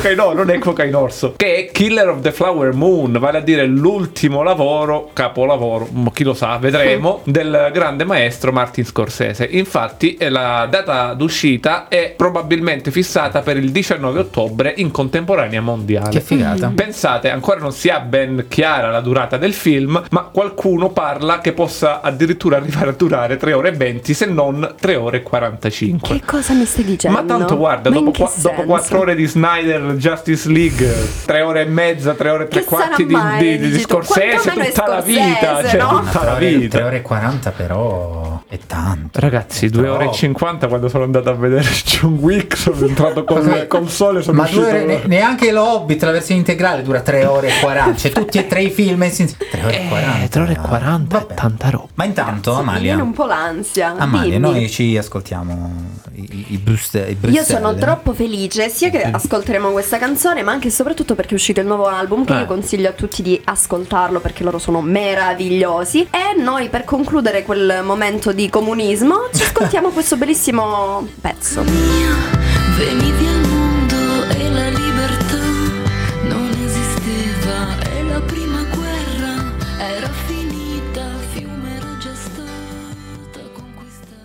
Cocaine, no, non è Cocaine Orso, che è Killer of the Flower Moon, vale a dire l'ultimo lavoro, capolavoro, ma chi lo sa, vedremo, del grande maestro Martin Scorsese. Infatti eh, la data d'uscita è probabilmente fissata per il diciannove ottobre in contemporanea mondiale. Che figata. Pensate, ancora non si ha ben chiara la durata del film, ma qualcuno parla che possa addirittura arrivare a durare tre ore e venti, se non tre ore e quarantacinque. Che cosa mi stai dicendo? Ma tanto guarda, Ma in dopo, che qua- dopo senso? quattro ore di Snyder Justice League, tre ore e mezza, tre ore e tre Che quarti di, sarà mai, di, di dici tu? Scorsese, Quantomeno è tutta la Scorsese, vita, cioè no? tutta la vita. tre ore e quaranta però è tanto. Ragazzi, due ore e cinquanta quando sono andato a vedere John Wick, sono entrato col, col sole, sono Ma uscito. due ore, ne- neanche lo Hobbit, la versione integrale dura tre ore e quaranta. Cioè tutti e tre i film messi insieme. tre ore e quaranta. tre ore e quaranta, tanta roba. Ma intanto, Mi Amalia, viene un po' l'ansia. Amalia, Dimmi. noi ci ascoltiamo i, i, i, boost, i Io Bruxelles. sono troppo felice sia che ascolteremo questa canzone, ma anche e soprattutto perché è uscito il nuovo album che Eh. io consiglio a tutti di ascoltarlo perché loro sono meravigliosi. E noi, per concludere quel momento di comunismo, ci ascoltiamo questo bellissimo pezzo. Venivi al mondo e la libertà non esisteva e la prima guerra era finita, fiume era già stata conquistata.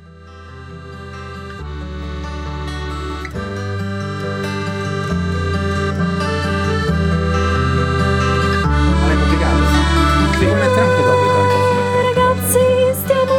Si può mettere anche dopo i tempo. Ragazzi, stiamo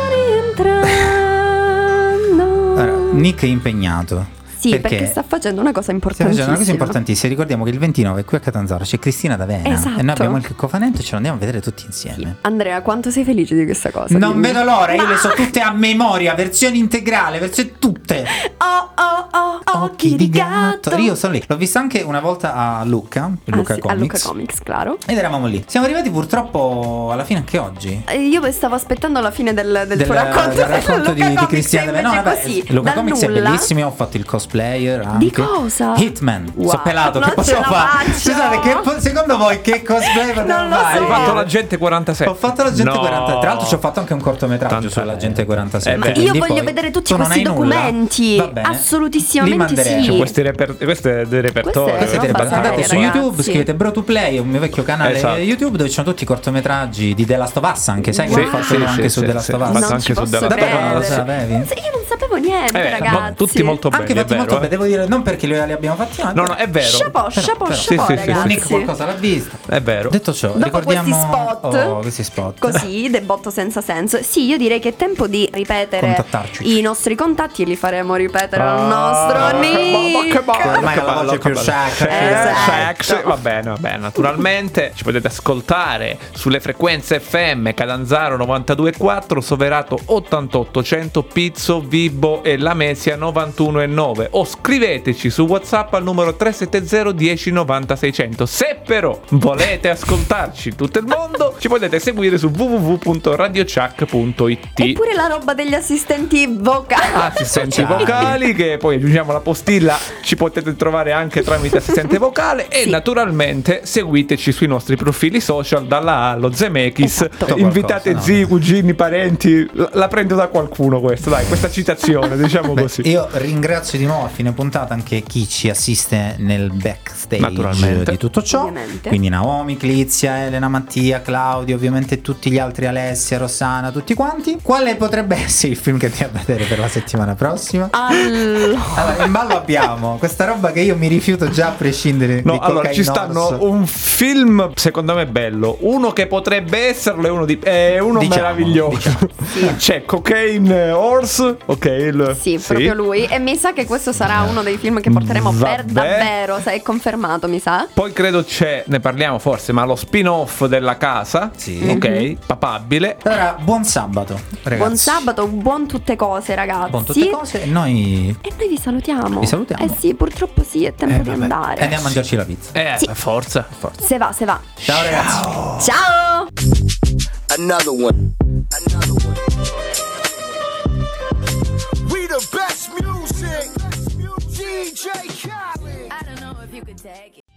rientrando. Allora, Nick è impegnato. Sì, perché, sta facendo una cosa Stiamo importantissima. facendo una cosa importantissima. Ricordiamo che il ventinove qui a Catanzaro c'è Cristina D'Avena. Esatto. E noi abbiamo il cofanetto e ce lo andiamo a vedere tutti insieme. Andrea, quanto sei felice di questa cosa? Non Dimmi. vedo l'ora, io Ma- le so tutte a memoria, versione integrale, versione tutte. Oh oh oh, occhi di gatto. Io sono lì. L'ho vista anche una volta a Lucca, Ah, Luca sì, a Comics. Luca Comics, claro. Ed eravamo lì. Siamo arrivati purtroppo alla fine anche oggi. Eh, Io stavo aspettando la fine del, del, Del, tuo racconto, del racconto di, Luca di Comics, Cristiana invece D'Avena. No, vabbè, così, Luca dal Comics è nulla. bellissimo. Ho fatto il cosplayer anche. Di cosa? Hitman. Wow, So pelato, non che potevo ce la fare? faccio. Scusate, che po- secondo voi che cosplay potevo Non lo fare? so. Hai fatto l'agente quarantasette. Ho fatto l'agente No. quaranta. Tra l'altro ci ho fatto anche un cortometraggio Tanto sull'agente quarantasette. Eh beh. Ma io Quindi voglio poi vedere tutti tu non questi hai nulla? documenti. Va bene. Li Assolutissimamente manderemo. sì. Cioè, questi reper- questo è del repertorio. Queste Questo è roba interessante. Andate su seria, YouTube, ragazzi. scrivete Bro to Play, è un mio vecchio canale Esatto. YouTube dove ci sono tutti i cortometraggi di The Last of Us, anche sai che Sì, ho fatto sì, anche sì, su sì, The Last sì. of Ho Us. fatto Non anche ci su posso The Last of Davvero Us. non lo credere. sapevi? Sì, io non sapevo niente, Eh, ragazzi. mo- tutti molto belli, Anche è fatti molto vero. bene, devo dire, non perché li li abbiamo fatti, ma No, no, è vero. Chapeau, Però- chapeau, però- chapeau, Sì, sì, sì, ragazzi. Nick qualcosa l'ha vista. È vero. Detto ciò, Dopo ricordiamo questi spot, oh, questi spot. così, debotto senza senso. Sì, io direi che è tempo di ripetere Contattarci. i nostri contatti e li faremo ripetere al Ah, nostro che Nick. che bello, Ormai che ha la bello, voce che più bello. sacra. Esatto. Sex, va bene, va bene. Naturalmente ci potete ascoltare sulle frequenze F M Catanzaro novantadue virgola quattro, Soverato ottantotto cento, Pizzo, Vibo e Lamesia novantuno virgola nove, o scriveteci su WhatsApp al numero tre sette zero uno zero nove zero sei zero zero. Se però volete ascoltarci in tutto il mondo, ci potete seguire su w w w punto radio chuck punto i t. Eppure la roba degli assistenti vocali. Assistenti Sociali. vocali, che poi aggiungiamo la postilla, ci potete trovare anche tramite assistente vocale. E Sì. naturalmente seguiteci sui nostri profili social, dalla A allo Zemeckis. Esatto. Invitate Qualcosa, zii, no? cugini, parenti. La, la prendo da qualcuno questa, dai, questa citazione, diciamo Beh, così. io ringrazio di nuovo a fine puntata anche chi ci assiste nel backstage Naturalmente. di tutto ciò. Ovviamente. Quindi Naomi, Clizia, Elena, Mattia, Claudio, ovviamente tutti gli altri, Alessia, Rossana, tutti quanti. Quale potrebbe essere il film che ti a vedere per la settimana prossima? Allora, Allora, in ballo abbiamo questa roba che io mi rifiuto già a prescindere. No, di allora ci Cocaine stanno Orso. un film secondo me bello, uno che potrebbe esserlo e uno di è uno Diciamo, meraviglioso. C'è Cocaine Horse, ok, il- sì, proprio lui. E mi sa che questo sarà uno dei film che porteremo per Vabbè. davvero. Sai, è confermato, mi sa. Poi credo c'è, ne parliamo forse, ma lo spin-off della casa. Sì. Ok, papabile. Allora, buon sabato, ragazzi. Buon sabato, buon tutte cose, ragazzi. Buon tutte cose. E noi E noi vi salutiamo. Vi salutiamo. Eh sì, purtroppo sì, è tempo Eh, di vabbè. andare. andiamo a mangiarci la pizza. Eh, Sì. forza. Se va, se va. Ciao ragazzi. Ciao! Another one. Another one. We the best music. D J Khaled. I don't know if you could take it.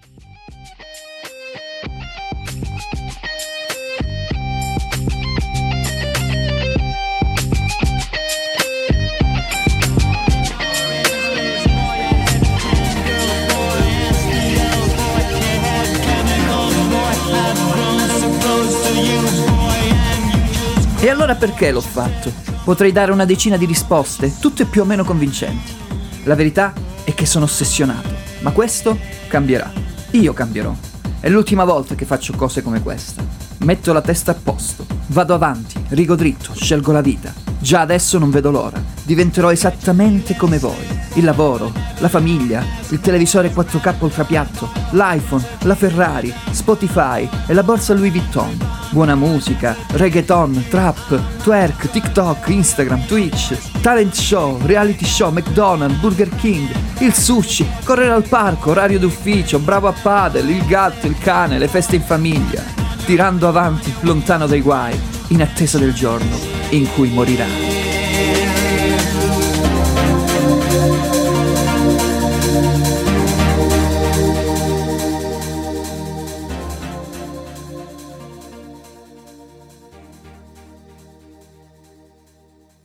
E allora perché l'ho fatto? Potrei dare una decina di risposte, tutte più o meno convincenti. La verità è che sono ossessionato, ma questo cambierà. Io cambierò. È l'ultima volta che faccio cose come questa. Metto la testa a posto, vado avanti, rigo dritto, scelgo la vita. Già adesso non vedo l'ora. Diventerò esattamente come voi. Il lavoro, la famiglia, il televisore quattro K ultrapiatto, l'iPhone, la Ferrari, Spotify e la borsa Louis Vuitton. Buona musica, reggaeton, trap, twerk, TikTok, Instagram, Twitch, talent show, reality show, McDonald's, Burger King, il sushi, correre al parco, orario d'ufficio, bravo a padel, il gatto, il cane, le feste in famiglia. Tirando avanti, lontano dai guai, in attesa del giorno in cui morirai.